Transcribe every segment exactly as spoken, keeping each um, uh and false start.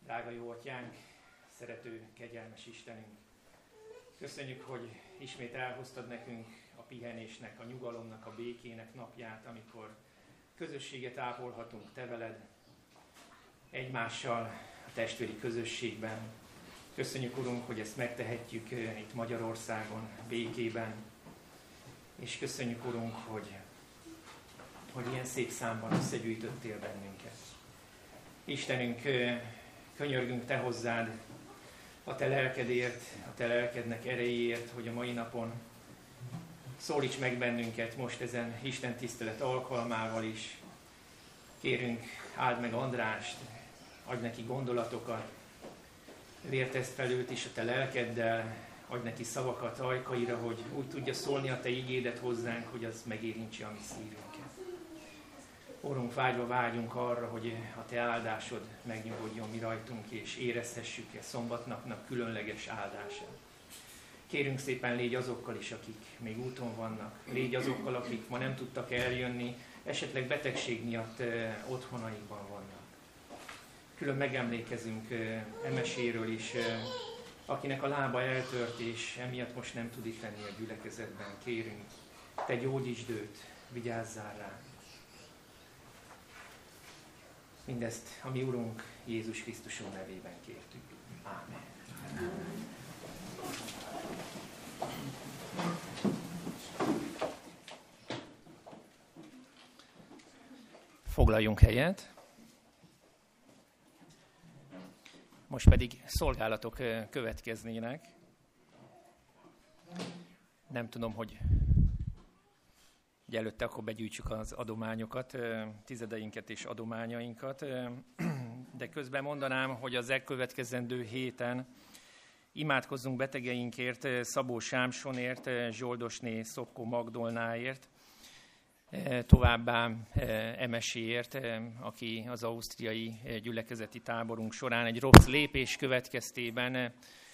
Drága jó atyánk, szerető, kegyelmes Istenünk, köszönjük, hogy ismét elhoztad nekünk a pihenésnek, a nyugalomnak, a békének napját, amikor közösséget ápolhatunk te veled, egymással, a testvéri közösségben. Köszönjük, Urunk, hogy ezt megtehetjük itt Magyarországon, békében, és köszönjük, Urunk, hogy, hogy ilyen szép számban összegyűjtöttél bennünket. Istenünk, könyörgünk te hozzád a te lelkedért, a te lelkednek erejéért, hogy a mai napon szólíts meg bennünket most ezen Isten tisztelet alkalmával is. Kérünk, áld meg Andrást, adj neki gondolatokat, vértezd fel őt is a te lelkeddel, adj neki szavakat ajkaira, hogy úgy tudja szólni a te igédet hozzánk, hogy az megérintse a mi szívünket. Urunk, vágyva vágyunk arra, hogy a te áldásod megnyugodjon mi rajtunk, és érezhessük-e szombatnapnak különleges áldását. Kérünk szépen, légy azokkal is, akik még úton vannak, légy azokkal, akik ma nem tudtak eljönni, esetleg betegség miatt eh, otthonaikban vannak. Külön megemlékezünk eh, emeséről is, eh, akinek a lába eltört, és emiatt most nem tud itt lenni a gyülekezetben. Kérünk, te gyógyítsd őt, vigyázzál rá. Mindezt a mi Urunk Jézus Krisztuson nevében kértük. Ámen. Foglaljunk helyet. Most pedig szolgálatok következnének. Nem tudom, hogy hogy előtte akkor begyűjtsük az adományokat, tizedeinket és adományainkat, de közben mondanám, hogy az elkövetkezendő héten imádkozzunk betegeinkért, Szabó Sámsonért, Zsoldosné Szopkó Magdolnáért, továbbá Emeséért, aki az ausztriai gyülekezeti táborunk során egy rossz lépés következtében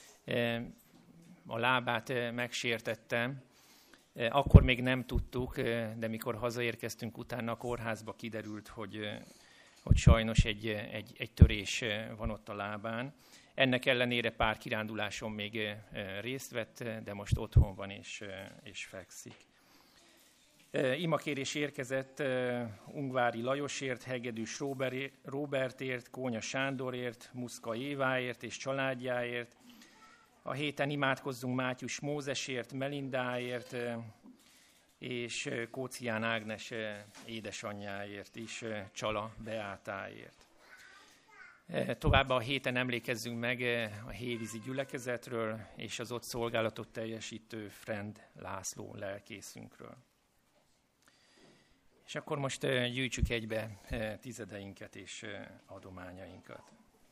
a lábát megsértette. Akkor még nem tudtuk, de mikor hazaérkeztünk utána a kórházba, kiderült, hogy, hogy sajnos egy, egy, egy törés van ott a lábán. Ennek ellenére pár kiránduláson még részt vett, de most otthon van és, és fekszik. Imakérés érkezett Ungvári Lajosért, Hegedűs Róbertért, Kónya Sándorért, Muszka Éváért és családjáért. A héten imádkozzunk Mátyus Mózesért, Melindáért, és Kócián Ágnes édesanyjáért is, Csala Beátáért. Továbbá a héten emlékezzünk meg a hévízi gyülekezetről, és az ott szolgálatot teljesítő Frend László lelkészünkről. És akkor most gyűjtsük egybe tizedeinket és adományainkat.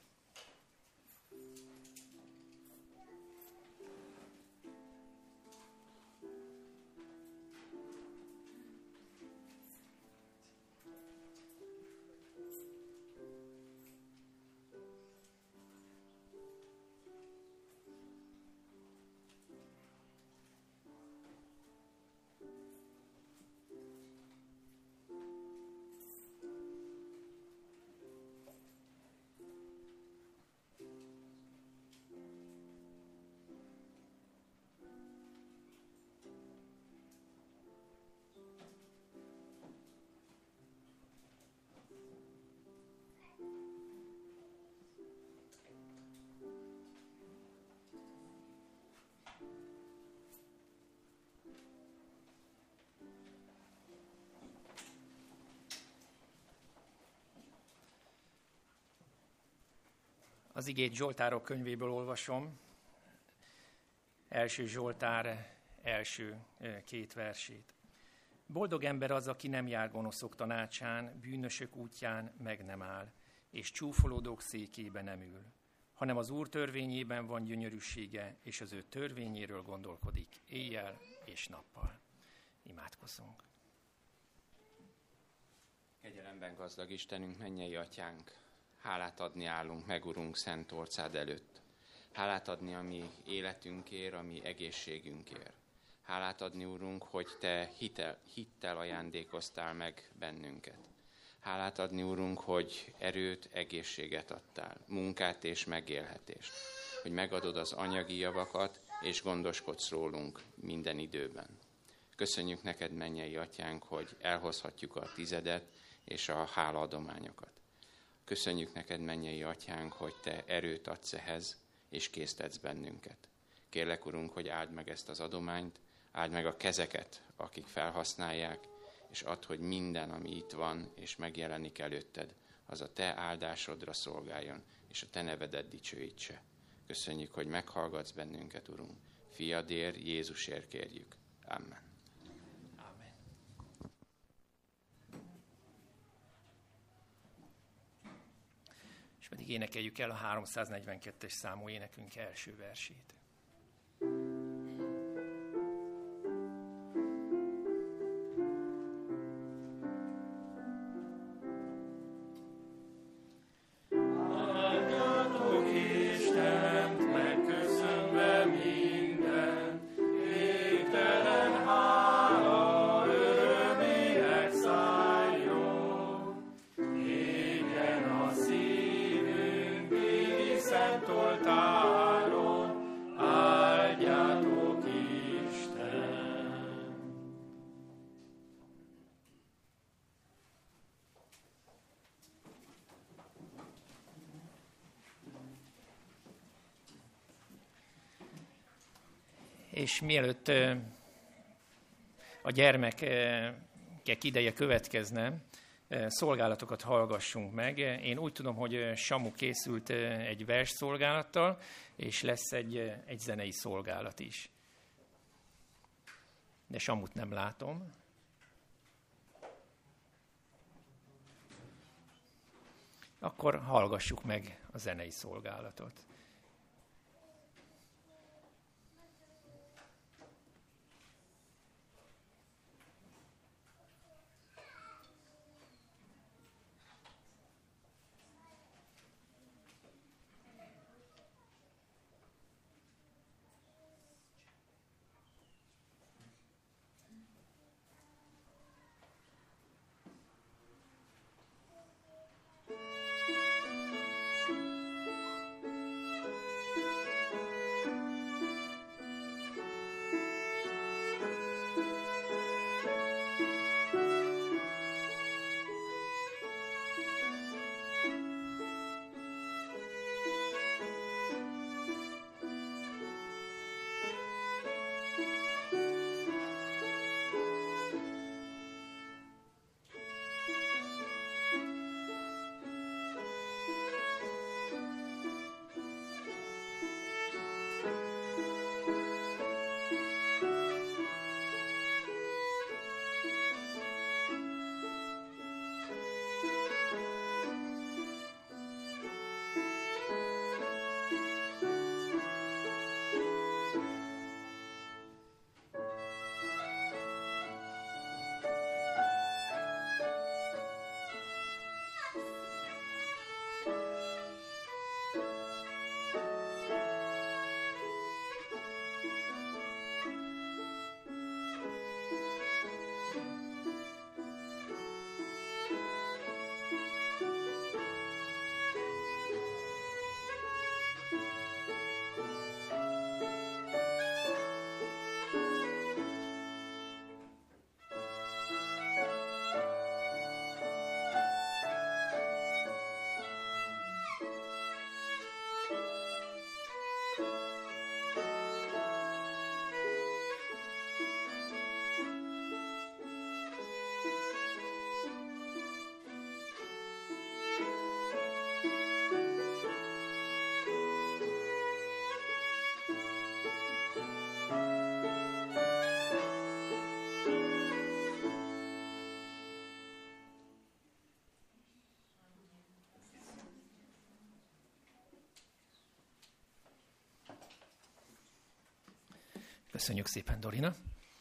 Az igét Zsoltárok könyvéből olvasom, első Zsoltár első két versét. Boldog ember az, aki nem jár gonoszok tanácsán, bűnösök útján meg nem áll, és csúfolódók székébe nem ül, hanem az Úr törvényében van gyönyörűsége, és az ő törvényéről gondolkodik éjjel és nappal. Imádkozzunk. Kegyelemben gazdag Istenünk, mennyei atyánk, hálát adni állunk meg, Urunk, szent orcád előtt. Hálát adni a mi életünkért, a mi egészségünkért. Hálát adni, Urunk, hogy Te hitel, hittel ajándékoztál meg bennünket. Hálát adni, Urunk, hogy erőt, egészséget adtál, munkát és megélhetést, hogy megadod az anyagi javakat, és gondoskodsz rólunk minden időben. Köszönjük neked, mennyei Atyánk, hogy elhozhatjuk a tizedet és a hálaadományokat. Köszönjük neked, mennyei Atyánk, hogy te erőt adsz ehhez, és késztetsz bennünket. Kérlek, Urunk, hogy áld meg ezt az adományt, áld meg a kezeket, akik felhasználják, és add, hogy minden, ami itt van, és megjelenik előtted, az a te áldásodra szolgáljon, és a te nevedet dicsőítse. Köszönjük, hogy meghallgatsz bennünket, Urunk. Fiadért, Jézusért kérjük. Amen. Amen. És pedig énekeljük el a háromszáznegyvenkettes számú énekünk első versét. És mielőtt a gyermekek ideje következne, szolgálatokat hallgassunk meg. Én úgy tudom, hogy Samu készült egy versszolgálattal, és lesz egy, egy zenei szolgálat is. De Samut nem látom. Akkor hallgassuk meg a zenei szolgálatot. Köszönjük szépen, Dorina.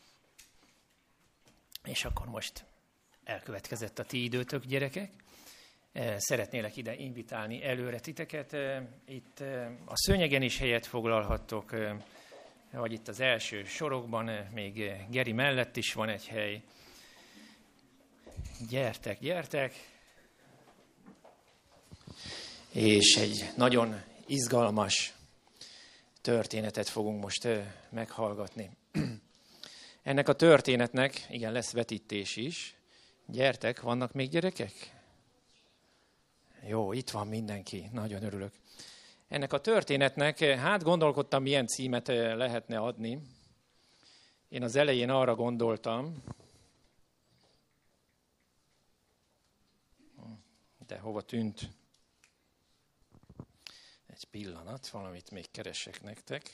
És akkor most elkövetkezett a ti időtök, gyerekek. Szeretnélek ide invitálni előre titeket. Itt a szőnyegen is helyet foglalhattok, vagy itt az első sorokban, még Geri mellett is van egy hely. Gyertek, gyertek, és egy nagyon izgalmas történetet fogunk most meghallgatni. Ennek a történetnek, igen, lesz vetítés is. Gyertek, vannak még gyerekek? Jó, itt van mindenki, nagyon örülök. Ennek a történetnek, hát gondolkodtam, milyen címet lehetne adni. Én az elején arra gondoltam, de hova tűnt? Egy pillanat, valamit még keresek nektek.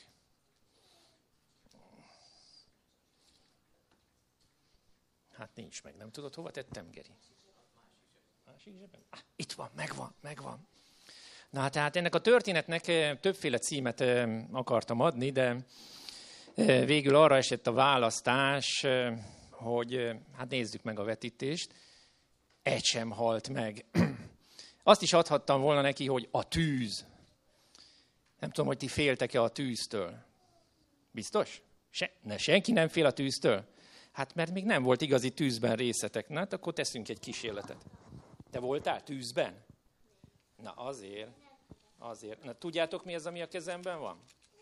Hát nincs meg, nem tudod, hova tettem, Geri? Másik zsebben? Ah, itt van, megvan, megvan. Na hát, tehát ennek a történetnek többféle címet akartam adni, de végül arra esett a választás, hogy hát nézzük meg a vetítést. Egy sem halt meg. Azt is adhattam volna neki, hogy a tűz. Nem tudom, hogy ti féltek-e a tűztől. Biztos? Se, ne, senki nem fél a tűztől? Hát mert még nem volt igazi tűzben részletek. Na hát akkor teszünk egy kísérletet. Te voltál tűzben? Na azért, azért. Na tudjátok mi az, ami a kezemben van?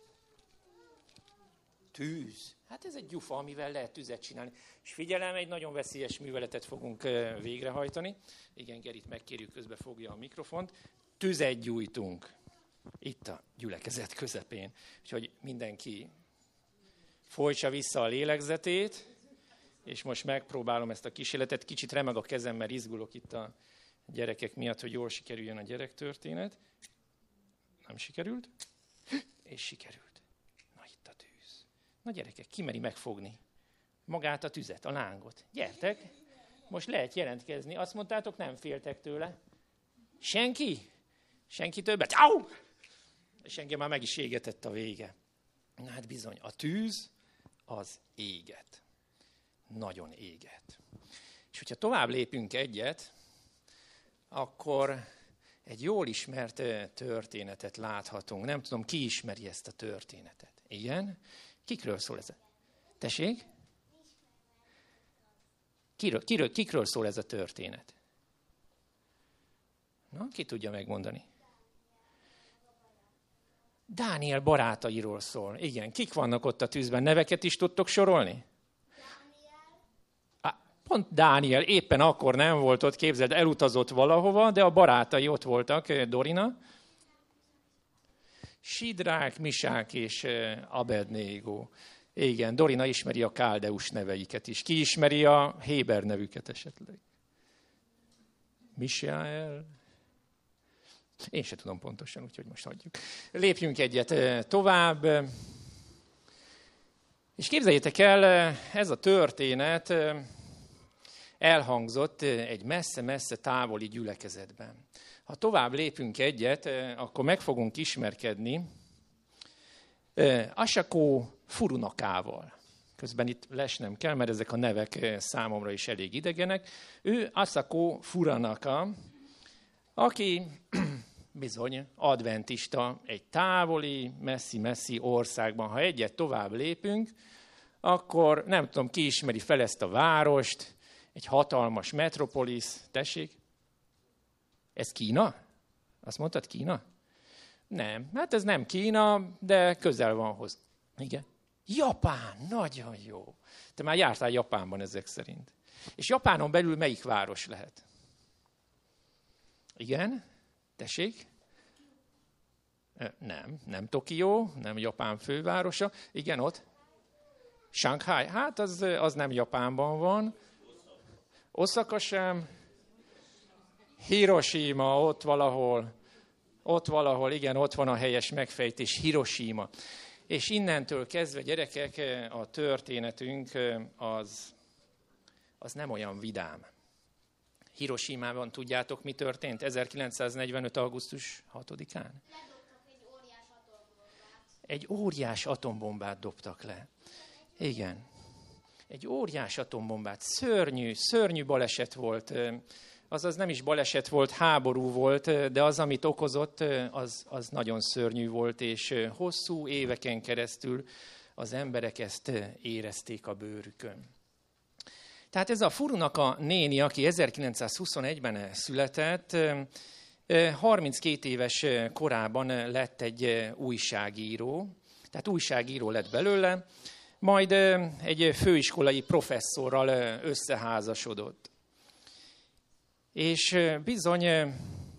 Tűz. Hát ez egy gyufa, amivel lehet tüzet csinálni. És figyelem, egy nagyon veszélyes műveletet fogunk végrehajtani. Igen, Gerit megkérjük, közbe fogja a mikrofont. Tüzet gyújtunk. Itt a gyülekezet közepén. Úgyhogy mindenki folytsa vissza a lélegzetét, és most megpróbálom ezt a kísérletet. Kicsit remeg a kezem, mert izgulok itt a gyerekek miatt, hogy jól sikerüljön a gyerektörténet. Nem sikerült, és sikerült. Na itt a tűz. Na gyerekek, ki meri megfogni magát a tüzet, a lángot? Gyertek, most lehet jelentkezni. Azt mondtátok, nem féltek tőle. Senki? Senki többet? Au! És engem már meg is égetett a vége. Na hát bizony, a tűz az éget. Nagyon éget. És hogyha tovább lépünk egyet, akkor egy jól ismert történetet láthatunk. Nem tudom, ki ismeri ezt a történetet. Igen? Kikről szól ez? Tessék? Kiről, kiről, kikről szól ez a történet? Na, ki tudja megmondani? Dániel barátairól szól. Igen, kik vannak ott a tűzben? Neveket is tudtok sorolni? Á, pont Dániel éppen akkor nem volt ott, képzeld, elutazott valahova, de a barátai ott voltak, Dorina. Sidrák, Misák és Abednego. Igen, Dorina ismeri a káldeus neveiket is. Ki ismeri a héber nevüket esetleg? Misael. Én se tudom pontosan, úgyhogy most hagyjuk. Lépjünk egyet tovább. És képzeljétek el, ez a történet elhangzott egy messze-messze távoli gyülekezetben. Ha tovább lépünk egyet, akkor meg fogunk ismerkedni Asako Furunakával. Közben itt lesnem kell, mert ezek a nevek számomra is elég idegenek. Ő Asako Furanaka, aki bizony adventista egy távoli, messzi-messzi országban. Ha egyet tovább lépünk, akkor nem tudom, ki ismeri fel ezt a várost, egy hatalmas metropolisz. Tessék? Ez Kína? Azt mondtad, Kína? Nem, hát ez nem Kína, de közel van hozzá. Igen. Japán, nagyon jó. Te már jártál Japánban ezek szerint. És Japánon belül melyik város lehet? Igen? Tessék? Nem, nem Tokió, nem Japán fővárosa. Igen, ott? Shanghai. Hát az, az nem Japánban van. Oszaka sem. Hiroshima, ott valahol. Ott valahol, igen, ott van a helyes megfejtés, Hiroshima. És innentől kezdve, gyerekek, a történetünk az, az nem olyan vidám. Hiroshimában tudjátok, mi történt ezerkilencszáznegyvenöt. augusztus hatodikán? Ledobtak egy óriás atombombát. Egy óriás atombombát dobtak le. Igen. Egy óriás atombombát. Szörnyű, szörnyű baleset volt. Azaz nem is baleset volt, háború volt, de az, amit okozott, az, az nagyon szörnyű volt, és hosszú éveken keresztül az emberek ezt érezték a bőrükön. Tehát ez a Furunaka néni, aki ezerkilencszázhuszonegyben született, harminckét éves korában lett egy újságíró, tehát újságíró lett belőle, majd egy főiskolai professzorral összeházasodott. És bizony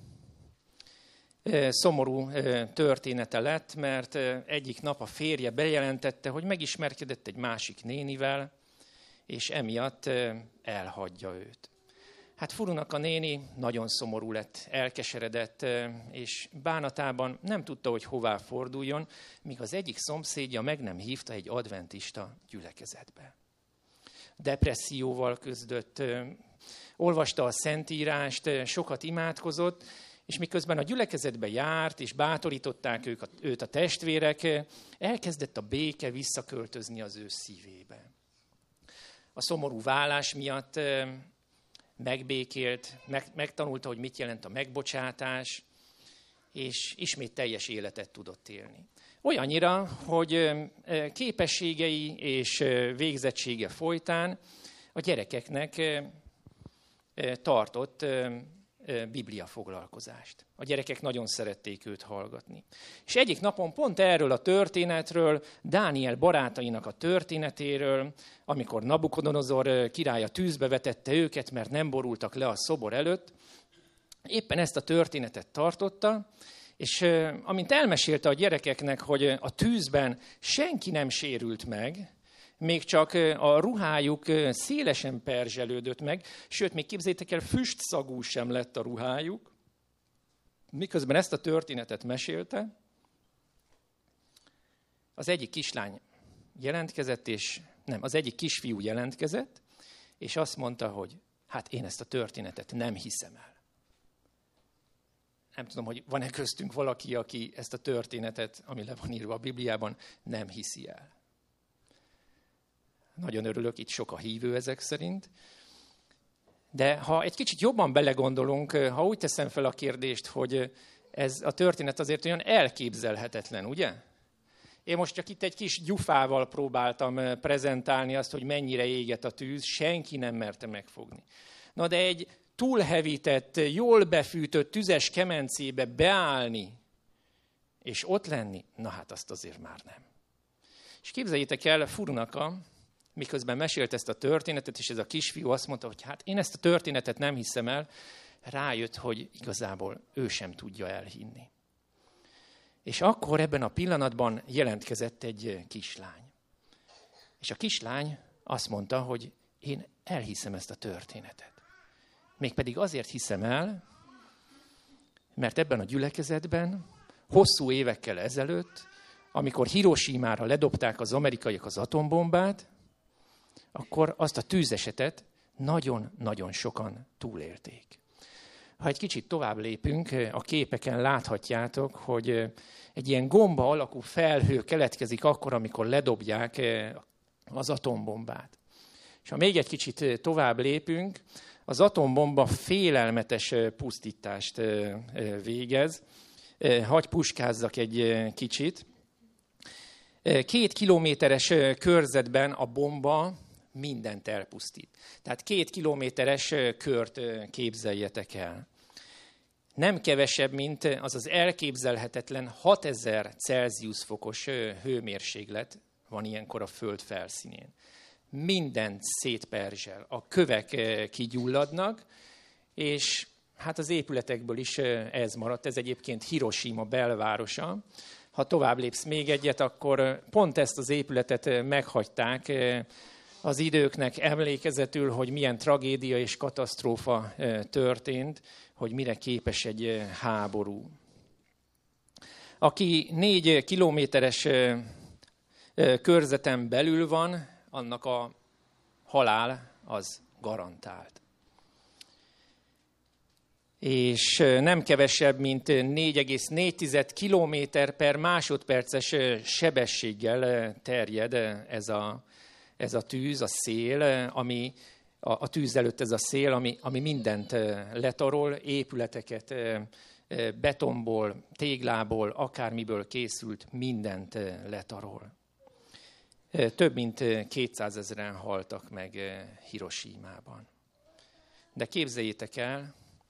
szomorú története lett, mert egyik nap a férje bejelentette, hogy megismerkedett egy másik nénivel, és emiatt elhagyja őt. Hát Furunak a néni nagyon szomorú lett, elkeseredett, és bánatában nem tudta, hogy hová forduljon, míg az egyik szomszédja meg nem hívta egy adventista gyülekezetbe. Depresszióval küzdött, olvasta a Szentírást, sokat imádkozott, és miközben a gyülekezetbe járt, és bátorították ők, őt a testvérek, elkezdett a béke visszaköltözni az ő szívébe. A szomorú válás miatt megbékélt, meg, megtanulta, hogy mit jelent a megbocsátás, és ismét teljes életet tudott élni. Olyannyira, hogy képességei és végzettsége folytán a gyerekeknek tartott Biblia foglalkozást. A gyerekek nagyon szerették őt hallgatni. És egyik napon pont erről a történetről, Dániel barátainak a történetéről, amikor Nabukodonozor király a tűzbe vetette őket, mert nem borultak le a szobor előtt, éppen ezt a történetet tartotta, és amint elmesélte a gyerekeknek, hogy a tűzben senki nem sérült meg, még csak a ruhájuk szélesen perzselődött meg, sőt, még képzeljétek el, füstszagú sem lett a ruhájuk. Miközben ezt a történetet mesélte, az egyik kislány jelentkezett, és nem, az egyik kisfiú jelentkezett, és azt mondta, hogy hát én ezt a történetet nem hiszem el. Nem tudom, hogy van-e köztünk valaki, aki ezt a történetet, ami le van írva a Bibliában, nem hiszi el. Nagyon örülök, itt sok a hívő ezek szerint. De ha egy kicsit jobban belegondolunk, ha úgy teszem fel a kérdést, hogy ez a történet azért olyan elképzelhetetlen, ugye? Én most csak itt egy kis gyufával próbáltam prezentálni azt, hogy mennyire éget a tűz, senki nem merte megfogni. Na de egy túlhevített, jól befűtött tüzes kemencébe beállni, és ott lenni, na hát azt azért már nem. És képzeljétek el, Furunaka, miközben mesélt ezt a történetet, és ez a kisfiú azt mondta, hogy hát én ezt a történetet nem hiszem el, rájött, hogy igazából ő sem tudja elhinni. És akkor ebben a pillanatban jelentkezett egy kislány. És a kislány azt mondta, hogy én elhiszem ezt a történetet. Mégpedig azért hiszem el, mert ebben a gyülekezetben hosszú évekkel ezelőtt, amikor Hiroshímára ledobták az amerikaiak az atombombát, akkor azt a tűzesetet nagyon-nagyon sokan túlélték. Ha egy kicsit tovább lépünk, a képeken láthatjátok, hogy egy ilyen gomba alakú felhő keletkezik akkor, amikor ledobják az atombombát. És ha még egy kicsit tovább lépünk, az atombomba félelmetes pusztítást végez. Hagy puskázzak egy kicsit. Két kilométeres körzetben a bomba mindent elpusztít. Tehát két kilométeres kört képzeljetek el. Nem kevesebb, mint az az elképzelhetetlen hatezer Celsius fokos hőmérséklet van ilyenkor a föld felszínén. Mindent szétperzsel, a kövek kigyulladnak, és hát az épületekből is ez maradt. Ez egyébként Hiroshima belvárosa. Ha tovább lépsz még egyet, akkor pont ezt az épületet meghagyták az időknek emlékezetül, hogy milyen tragédia és katasztrófa történt, hogy mire képes egy háború. Aki négy kilométeres körzeten belül van, annak a halál az garantált. És nem kevesebb, mint négy egész négy kilométer per másodperces sebességgel terjed ez a, ez a tűz, a szél, ami a, a tűz előtt ez a szél, ami, ami mindent letarol, épületeket, betonból, téglából, akármiből készült, mindent letarol. Több mint kétszázezren haltak meg Hiroshímában. De képzeljétek el,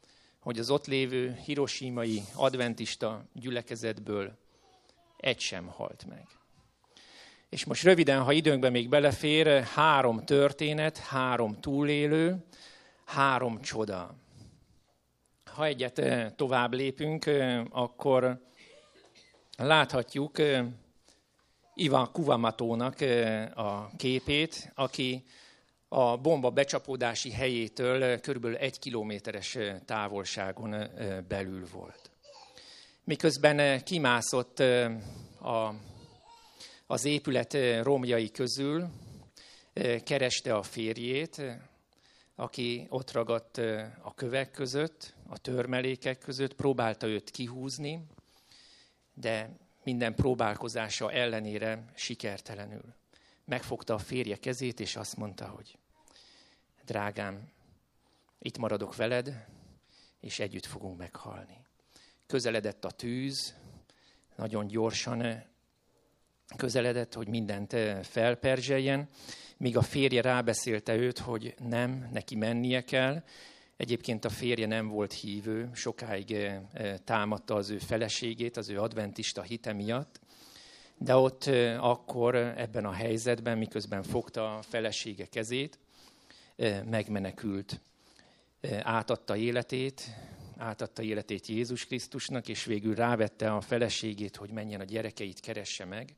hogy az ott lévő hiroshimai adventista gyülekezetből egy sem halt meg. És most röviden, ha időnkben még belefér, három történet, három túlélő, három csoda. Ha egyet tovább lépünk, akkor láthatjuk Ivan Kuwamatónak a képét, aki a bomba becsapódási helyétől körülbelül egy kilométeres távolságon belül volt. Miközben kimászott a, az épület romjai közül, kereste a férjét, aki ott ragadt a kövek között, a törmelékek között, próbálta őt kihúzni, de minden próbálkozása ellenére sikertelenül. Megfogta a férje kezét, és azt mondta, hogy drágám, itt maradok veled, és együtt fogunk meghalni. Közeledett a tűz, nagyon gyorsan közeledett, hogy mindent felperzseljen, míg a férje rábeszélte őt, hogy nem, neki mennie kell. Egyébként a férje nem volt hívő, sokáig támadta az ő feleségét, az ő adventista hite miatt, de ott akkor ebben a helyzetben, miközben fogta a felesége kezét, megmenekült, átadta életét, átadta életét Jézus Krisztusnak, és végül rávette a feleségét, hogy menjen a gyerekeit keresse meg,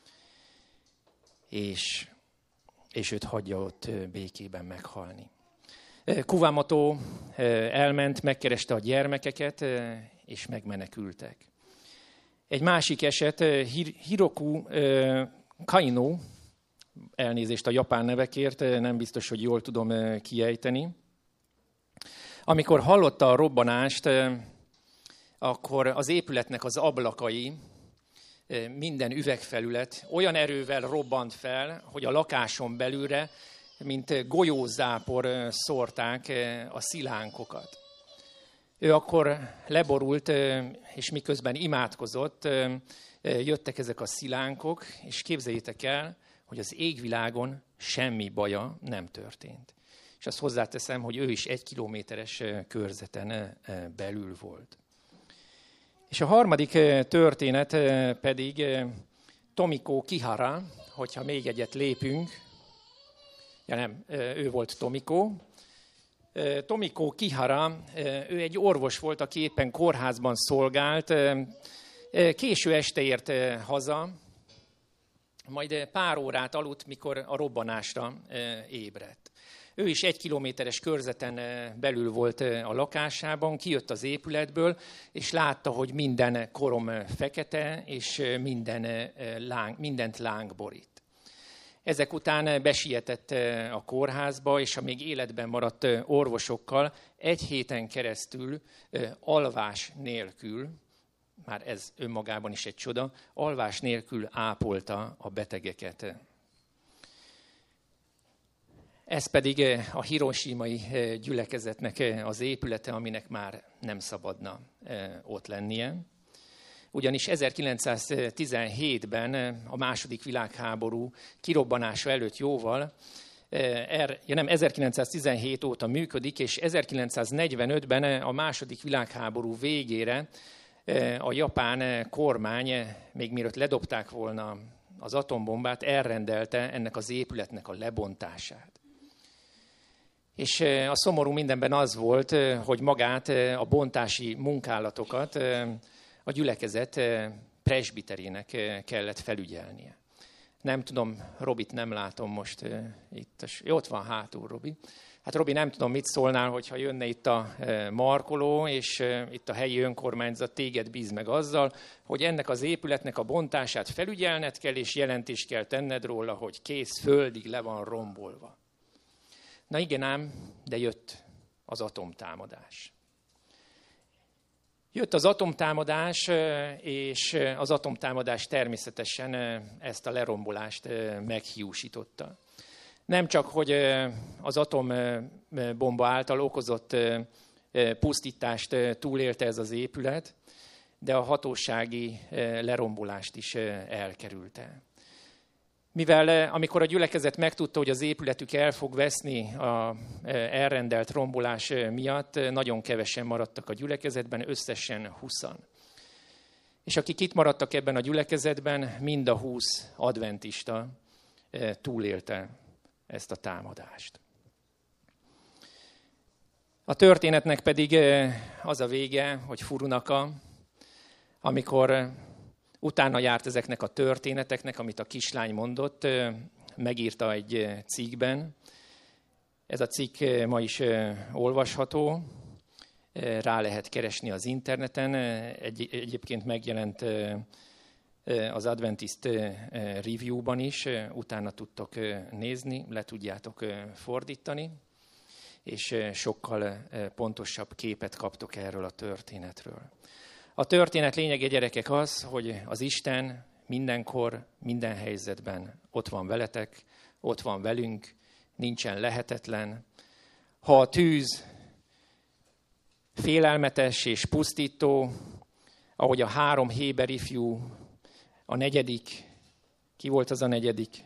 és, és őt hagyja ott békében meghalni. Kuwamoto elment, megkereste a gyermekeket, és megmenekültek. Egy másik eset, Hiroku Kaino, elnézést a japán nevekért, nem biztos, hogy jól tudom kiejteni. Amikor hallotta a robbanást, akkor az épületnek az ablakai, minden üvegfelület olyan erővel robbant fel, hogy a lakáson belülre, mint golyózápor szórták a szilánkokat. Ő akkor leborult, és miközben imádkozott, jöttek ezek a szilánkok, és képzeljétek el, hogy az égvilágon semmi baja nem történt. És azt hozzáteszem, hogy ő is egy kilométeres körzeten belül volt. És a harmadik történet pedig Tomiko Kihara, hogyha még egyet lépünk. Ja nem, ő volt Tomiko. Tomiko Kihara, ő egy orvos volt, aki éppen kórházban szolgált. Késő este ért haza, majd pár órát aludt, mikor a robbanásra ébredt. Ő is egy kilométeres körzeten belül volt a lakásában, kijött az épületből, és látta, hogy minden korom fekete, és minden láng, mindent láng borít. Ezek után besietett a kórházba, és a még életben maradt orvosokkal egy héten keresztül alvás nélkül, már ez önmagában is egy csoda, alvás nélkül ápolta a betegeket. Ez pedig a hiroshimai gyülekezetnek az épülete, aminek már nem szabadna ott lennie. Ugyanis ezerkilencszáztizenhétben, a második világháború kirobbanása előtt jóval, er, ja nem, ezerkilencszáztizenhét óta működik, és ezerkilencszáznegyvenötben a második világháború végére a japán kormány, még mielőtt ledobták volna az atombombát, elrendelte ennek az épületnek a lebontását. És a szomorú mindenben az volt, hogy magát a bontási munkálatokat a gyülekezet presbiterének kellett felügyelnie. Nem tudom, Robit nem látom most itt. Jó, ott van hátul, Robi. Hát Robi, nem tudom, mit szólnál, hogyha jönne itt a markoló, és itt a helyi önkormányzat téged bíz meg azzal, hogy ennek az épületnek a bontását felügyelned kell, és jelentést kell tenned róla, hogy kész, földig le van rombolva. Na igen ám, de jött az atomtámadás. Jött az atomtámadás, és az atomtámadás természetesen ezt a lerombolást meghiúsította. Nem csak, hogy az atombomba által okozott pusztítást túlélte ez az épület, de a hatósági lerombolást is elkerülte. Mivel amikor a gyülekezet megtudta, hogy az épületük el fog veszni a elrendelt rombolás miatt, nagyon kevesen maradtak a gyülekezetben, összesen húszan. És akik itt maradtak ebben a gyülekezetben, mind a húsz adventista túlélte ezt a támadást. A történetnek pedig az a vége, hogy Furunaka, amikor utána járt ezeknek a történeteknek, amit a kislány mondott, megírta egy cikkben. Ez a cikk ma is olvasható, rá lehet keresni az interneten. Egy, egyébként megjelent az Adventist Review-ban is, utána tudtok nézni, le tudjátok fordítani, és sokkal pontosabb képet kaptok erről a történetről. A történet lényege, gyerekek, az, hogy az Isten mindenkor, minden helyzetben ott van veletek, ott van velünk, nincsen lehetetlen. Ha a tűz félelmetes és pusztító, ahogy a három héber ifjú, a negyedik, ki volt az a negyedik?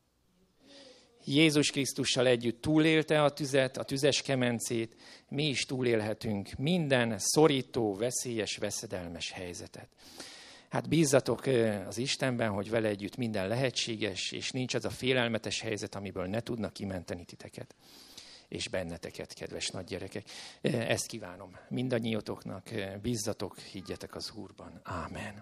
Jézus Krisztussal együtt túlélte a tüzet, a tüzes kemencét, mi is túlélhetünk minden szorító, veszélyes, veszedelmes helyzetet. Hát bízzatok az Istenben, hogy vele együtt minden lehetséges, és nincs az a félelmetes helyzet, amiből ne tudnak kimenteni titeket, és benneteket, kedves nagygyerekek. Ezt kívánom mindannyiótoknak, bízzatok, higgyetek az Úrban. Ámen.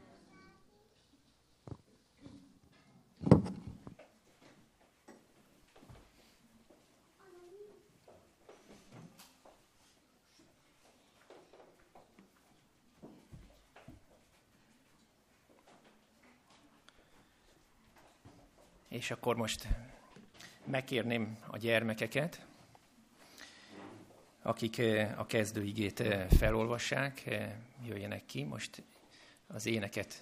És akkor most megkérném a gyermekeket, akik a kezdőigét felolvassák, jöjjenek ki. Most az éneket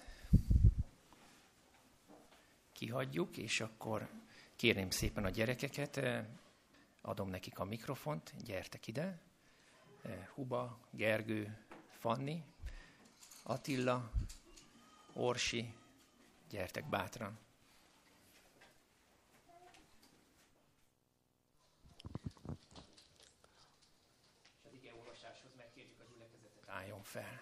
kihagyjuk, és akkor kérném szépen a gyerekeket, adom nekik a mikrofont, gyertek ide. Huba, Gergő, Fanni, Attila, Orsi, gyertek bátran. Álljon fel.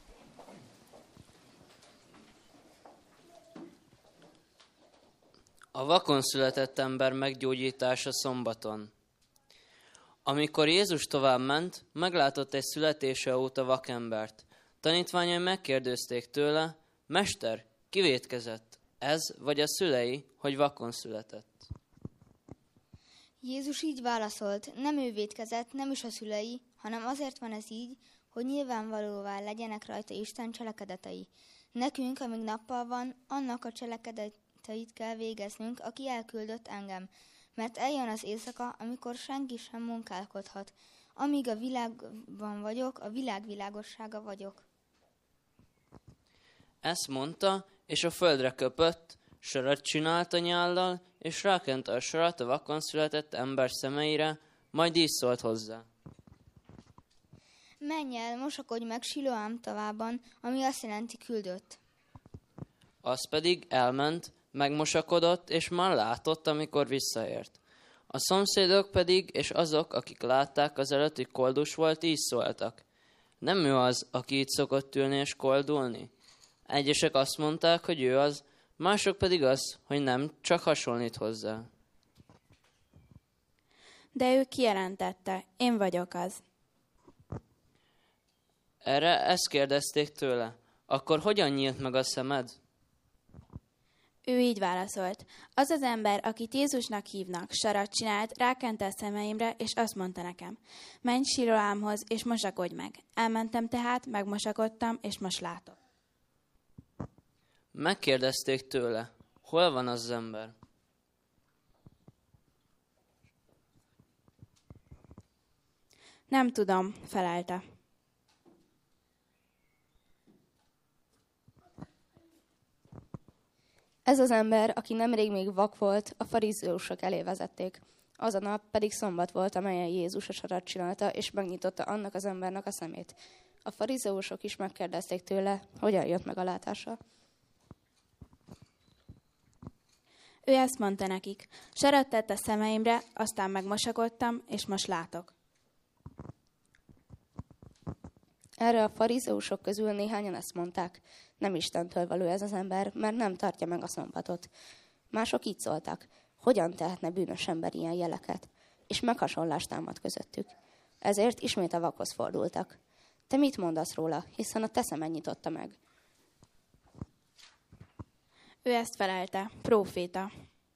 A vakon született ember meggyógyítása szombaton. Amikor Jézus tovább ment, meglátott egy születése óta vakembert. Tanítványai megkérdezték tőle, Mester, ki vétkezett? Ez vagy a szülei, hogy vakon született? Jézus így válaszolt, nem ő vétkezett, nem is a szülei, hanem azért van ez így, hogy nyilvánvalóvá legyenek rajta Isten cselekedetei. Nekünk, amíg nappal van, annak a cselekedeteit kell végeznünk, aki elküldött engem. Mert eljön az éjszaka, amikor senki sem munkálkodhat. Amíg a világban vagyok, a világ világossága vagyok. Ezt mondta, és a földre köpött, sarat csinált a nyállal, és rákente a sarat a vakon született ember szemeire, majd így szólt hozzá. Menj el, mosakodj meg Siloám tavában, ami azt jelenti küldött. Az pedig elment, megmosakodott, és már látott, amikor visszaért. A szomszédok pedig, és azok, akik látták az előtt, hogy koldus volt, így szóltak. Nem ő az, aki itt szokott ülni és koldulni? Egyesek azt mondták, hogy ő az, mások pedig az, hogy nem, csak hasonlít hozzá. De ő kijelentette, én vagyok az. Erre ezt kérdezték tőle. Akkor hogyan nyílt meg a szemed? Ő így válaszolt. Az az ember, akit Jézusnak hívnak, sarat csinált, rákente a szemeimre, és azt mondta nekem. Menj Siloámhoz, és mosakodj meg. Elmentem tehát, megmosakodtam, és most látok. Megkérdezték tőle. Hol van az, az ember? Nem tudom, felelte. Ez az ember, aki nemrég még vak volt, a farizeusok elé vezették. Az a nap pedig szombat volt, amelyen Jézus a sarat csinálta, és megnyitotta annak az embernek a szemét. A farizeusok is megkérdezték tőle, hogyan jött meg a látása. Ő ezt mondta nekik. Sarat tett a szemeimre, aztán megmosakodtam, és most látok. Erre a farizeusok közül néhányan ezt mondták. Nem Istentől való ez az ember, mert nem tartja meg a szombatot. Mások így szóltak. Hogyan tehetne bűnös ember ilyen jeleket? És meghasonlást támad közöttük. Ezért ismét a vakhoz fordultak. Te mit mondasz róla, hiszen a te szemed nyitotta meg? Ő ezt felelte. Próféta.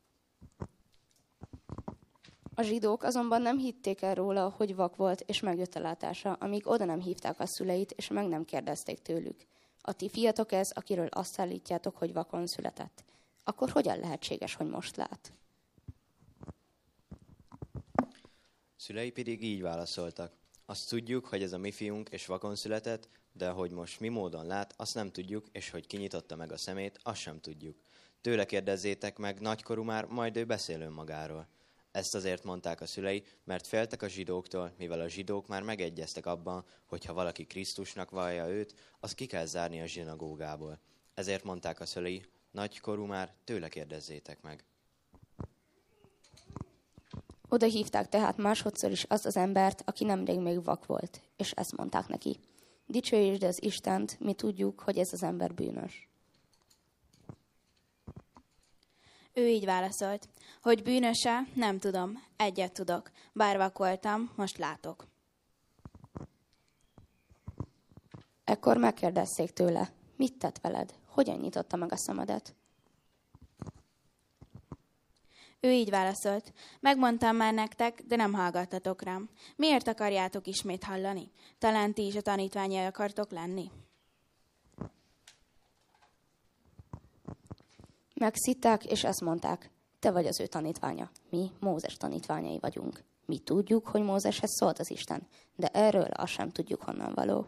A zsidók azonban nem hitték el róla, hogy vak volt, és megjött a látása, amíg oda nem hívták a szüleit, és meg nem kérdezték tőlük. A ti fiatok ez, akiről azt állítjátok, hogy vakon született. Akkor hogyan lehetséges, hogy most lát? Szülei pedig így válaszoltak. Azt tudjuk, hogy ez a mi fiunk és vakon született, de hogy most mi módon lát, azt nem tudjuk, és hogy kinyitotta meg a szemét, azt sem tudjuk. Tőle kérdezzétek meg, nagykorú már, majd ő beszél önmagáról. Ezt azért mondták a szülei, mert féltek a zsidóktól, mivel a zsidók már megegyeztek abban, hogy ha valaki Krisztusnak vallja őt, azt ki kell zárni a zsinagógából. Ezért mondták a szülei, nagykorú már, tőle kérdezzétek meg. Oda hívták tehát másodszor is azt az embert, aki nemrég még vak volt, és ezt mondták neki. Dicsőítsd az Istent, mi tudjuk, hogy ez az ember bűnös. Ő így válaszolt, hogy bűnöse, nem tudom, egyet tudok. Bár vak voltam, most látok. Ekkor megkérdezték tőle, mit tett veled, hogyan nyitotta meg a szemedet? Ő így válaszolt, megmondtam már nektek, de nem hallgattatok rám. Miért akarjátok ismét hallani? Talán ti is a tanítványai akartok lenni? Megszitták, és ezt mondták, te vagy az ő tanítványa, mi Mózes tanítványai vagyunk. Mi tudjuk, hogy Mózeshez szólt az Isten, de erről azt sem tudjuk, honnan való.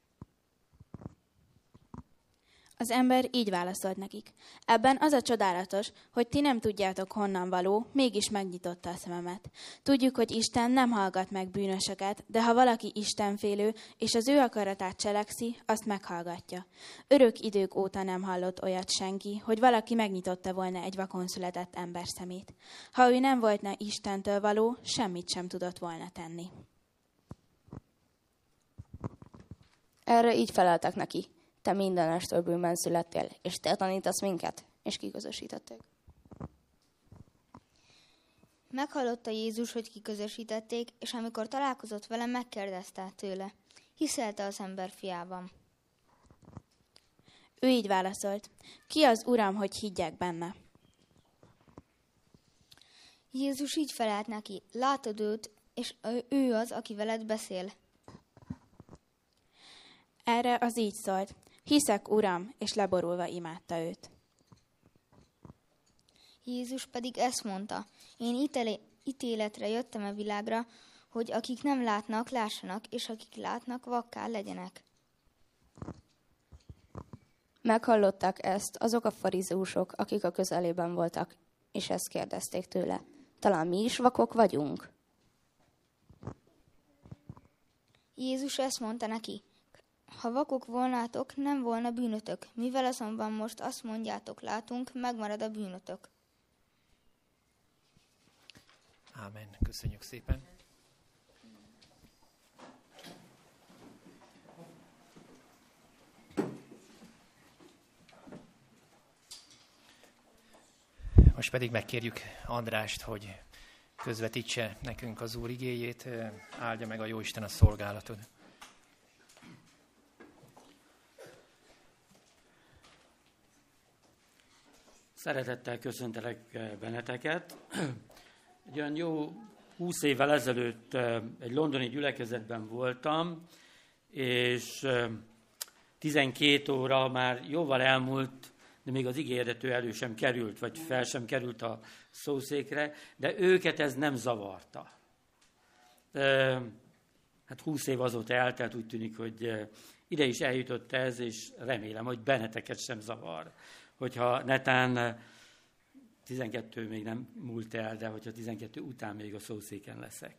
Az ember így válaszolt nekik. Ebben az a csodálatos, hogy ti nem tudjátok honnan való, mégis megnyitotta a szememet. Tudjuk, hogy Isten nem hallgat meg bűnösöket, de ha valaki istenfélő, és az ő akaratát cselekszi, azt meghallgatja. Örök idők óta nem hallott olyat senki, hogy valaki megnyitotta volna egy vakon született ember szemét. Ha ő nem volna Istentől való, semmit sem tudott volna tenni. Erre így feleltek neki. Te mindenestől bűnben születtél, és te tanítasz minket, és kiközösítették. Meghallotta Jézus, hogy kiközösítették, és amikor találkozott vele, megkérdezte tőle. Hiszelte az ember fiában? Ő így válaszolt. Ki az Uram, hogy higgyek benne? Jézus így felelt neki. Látod őt, és ő az, aki veled beszél. Erre az így szólt. Hiszek, Uram, és leborulva imádta őt. Jézus pedig ezt mondta, én ítélé- ítéletre jöttem a világra, hogy akik nem látnak, lássanak, és akik látnak, vakká legyenek. Meghallották ezt azok a farizeusok, akik a közelében voltak, és ezt kérdezték tőle. Talán mi is vakok vagyunk? Jézus ezt mondta neki. Ha vakok volnátok, nem volna bűnötök. Mivel azonban most azt mondjátok, látunk, megmarad a bűnötök. Ámen. Köszönjük szépen. Most pedig megkérjük Andrást, hogy közvetítse nekünk az Úr igéjét, áldja meg a Jóisten a szolgálatod. Szeretettel köszöntelek benneteket. Egy olyan jó húsz évvel ezelőtt egy londoni gyülekezetben voltam, és tizenkét óra már jóval elmúlt, de még az igéhirdető elő sem került, vagy fel sem került a szószékre, de őket ez nem zavarta. Hát húsz év azóta eltelt, úgy tűnik, hogy ide is eljutott ez, és remélem, hogy benneteket sem zavar. Hogyha netán tizenkettő még nem múlt el, de hogyha tizenkettő után még a szószéken leszek.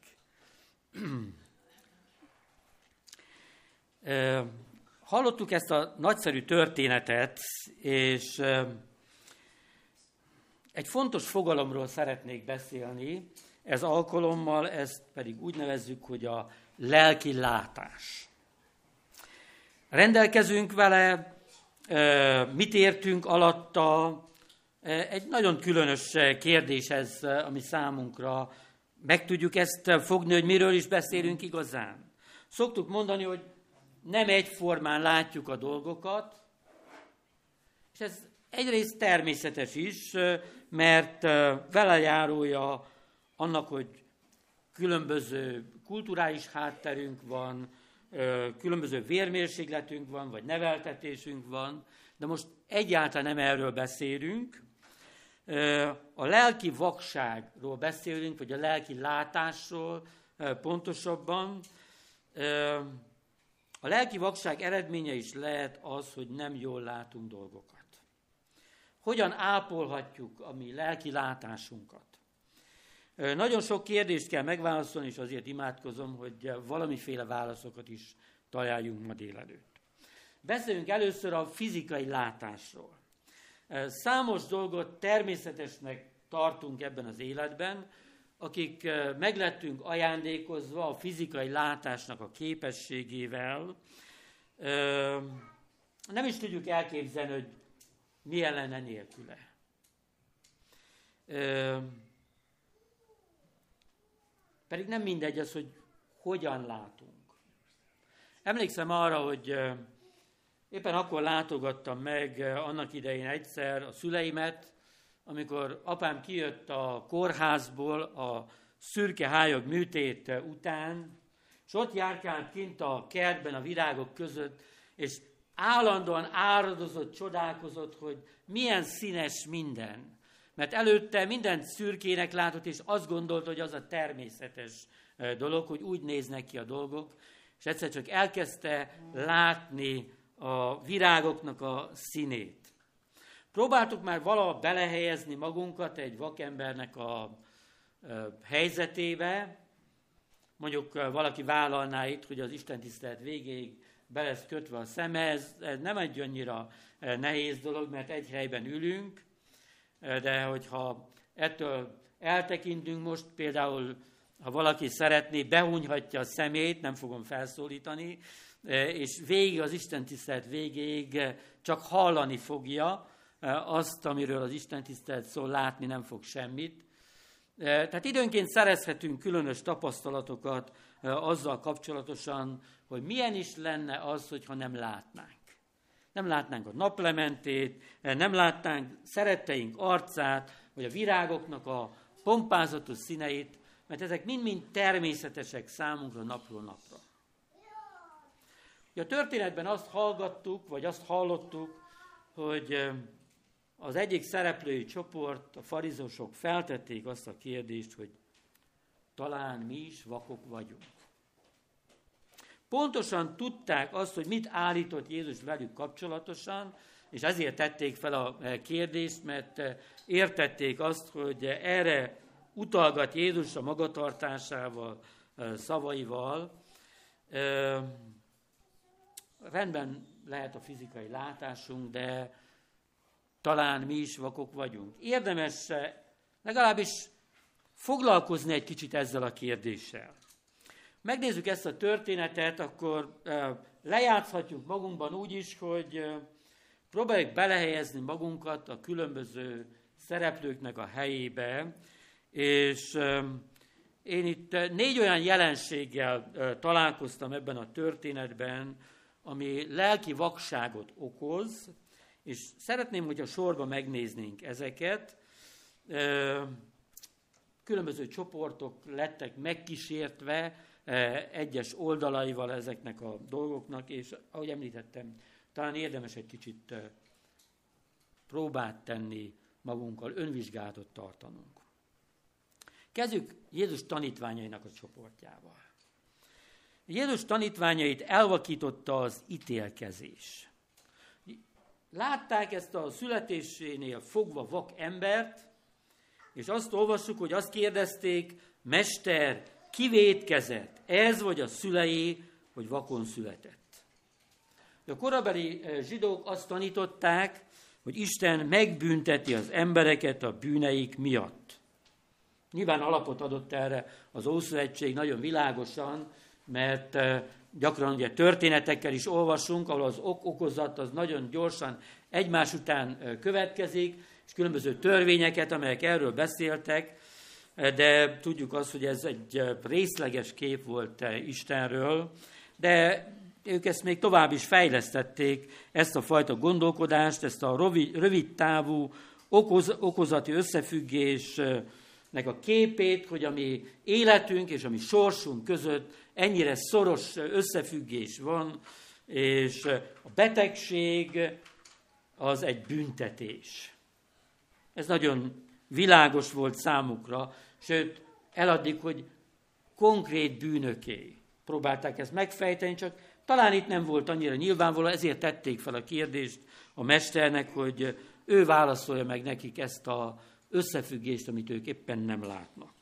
Hallottuk ezt a nagyszerű történetet, és egy fontos fogalomról szeretnék beszélni, ez alkalommal, ezt pedig úgy nevezzük, hogy a lelki látás. Rendelkezünk vele, mit értünk alatta, egy nagyon különös kérdés ez, ami számunkra. Meg tudjuk ezt fogni, hogy miről is beszélünk igazán. Szoktuk mondani, hogy nem egyformán látjuk a dolgokat, és ez egyrészt természetes is, mert velejárója annak, hogy különböző kulturális hátterünk van, különböző vérmérsékletünk van, vagy neveltetésünk van, de most egyáltalán nem erről beszélünk. A lelki vakságról beszélünk, vagy a lelki látásról pontosabban. A lelki vakság eredménye is lehet az, hogy nem jól látunk dolgokat. Hogyan ápolhatjuk a mi lelki látásunkat? Nagyon sok kérdést kell megválaszolni, és azért imádkozom, hogy valamiféle válaszokat is találjunk ma délelőtt. Beszéljünk először a fizikai látásról. Számos dolgot természetesnek tartunk ebben az életben, akik meglettünk ajándékozva a fizikai látásnak a képességével. Nem is tudjuk elképzelni, hogy milyen lenne nélküle. Pedig nem mindegy az, hogy hogyan látunk. Emlékszem arra, hogy éppen akkor látogattam meg annak idején egyszer a szüleimet, amikor apám kijött a kórházból a szürke hályog műtét után, és ott járkált kint a kertben a virágok között, és állandóan áradozott, csodálkozott, hogy milyen színes minden. Mert előtte mindent szürkének látott, és azt gondolta, hogy az a természetes dolog, hogy úgy néznek ki a dolgok, és egyszer csak elkezdte látni a virágoknak a színét. Próbáltuk már valaha belehelyezni magunkat egy vakembernek a helyzetébe, mondjuk valaki vállalná itt, hogy az istentisztelet végéig be lesz kötve a szeme, ez, ez nem egy annyira nehéz dolog, mert egy helyben ülünk, de hogyha ettől eltekintünk most, például ha valaki szeretné, behúnyhatja a szemét, nem fogom felszólítani, és végig az istentisztelet végéig csak hallani fogja azt, amiről az istentisztelet szól, látni nem fog semmit. Tehát időnként szerezhetünk különös tapasztalatokat azzal kapcsolatosan, hogy milyen is lenne az, hogyha nem látnánk. Nem látnánk a naplementét, nem látnánk szeretteink arcát, vagy a virágoknak a pompázatos színeit, mert ezek mind-mind természetesek számunkra napról napra. A történetben azt hallgattuk, vagy azt hallottuk, hogy az egyik szereplői csoport, a farizósok feltették azt a kérdést, hogy talán mi is vakok vagyunk. Pontosan tudták azt, hogy mit állított Jézus velük kapcsolatosan, és ezért tették fel a kérdést, mert értették azt, hogy erre utalgat Jézus a magatartásával, szavaival. Rendben lehet a fizikai látásunk, de talán mi is vakok vagyunk. Érdemes legalábbis foglalkozni egy kicsit ezzel a kérdéssel. Megnézzük ezt a történetet, akkor lejátszhatjuk magunkban úgy is, hogy próbáljuk belehelyezni magunkat a különböző szereplőknek a helyébe, és én itt négy olyan jelenséggel találkoztam ebben a történetben, ami lelki vakságot okoz, és szeretném, hogy a sorba megnéznénk ezeket. Különböző csoportok lettek megkísértve egyes oldalaival ezeknek a dolgoknak, és ahogy említettem, talán érdemes egy kicsit próbát tenni magunkkal, önvizsgálatot tartanunk. Kezdjük Jézus tanítványainak a csoportjával. Jézus tanítványait elvakította az ítélkezés. Látták ezt a születésénél fogva vak embert, és azt olvassuk, hogy azt kérdezték, Mester, ki vétkezett, ez vagy a szülei, hogy vakon született. A korabeli zsidók azt tanították, hogy Isten megbünteti az embereket a bűneik miatt. Nyilván alapot adott erre az Ószövetség nagyon világosan, mert gyakran ugye történetekkel is olvasunk, ahol az ok-okozat az nagyon gyorsan egymás után következik, és különböző törvényeket, amelyek erről beszéltek, de tudjuk azt, hogy ez egy részleges kép volt Istenről, de ők ezt még tovább is fejlesztették, ezt a fajta gondolkodást, ezt a rövid, rövid távú okoz, okozati összefüggésnek a képét, hogy a mi életünk és a mi sorsunk között ennyire szoros összefüggés van, és a betegség az egy büntetés. Ez nagyon világos volt számukra, sőt, eladdig, hogy konkrét bűnöké próbálták ezt megfejteni, csak talán itt nem volt annyira nyilvánvaló, ezért tették fel a kérdést a mesternek, hogy ő válaszolja meg nekik ezt az összefüggést, amit ők éppen nem látnak.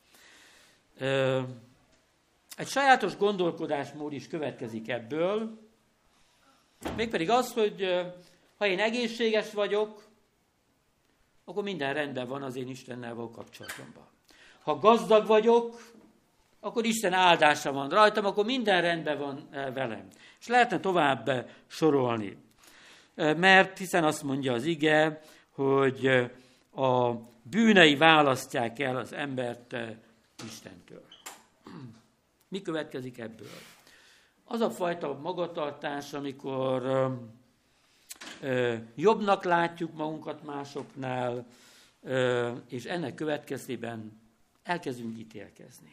Egy sajátos gondolkodásmód is következik ebből, mégpedig az, hogy ha én egészséges vagyok, akkor minden rendben van az én Istennel való kapcsolatomban. Ha gazdag vagyok, akkor Isten áldása van rajtam, akkor minden rendben van velem. És lehetne tovább sorolni. Mert hiszen azt mondja az ige, hogy a bűnei választják el az embert Istentől. Mi következik ebből? Az a fajta magatartás, amikor ö, ö, jobbnak látjuk magunkat másoknál, ö, és ennek következtében elkezdünk ítélkezni.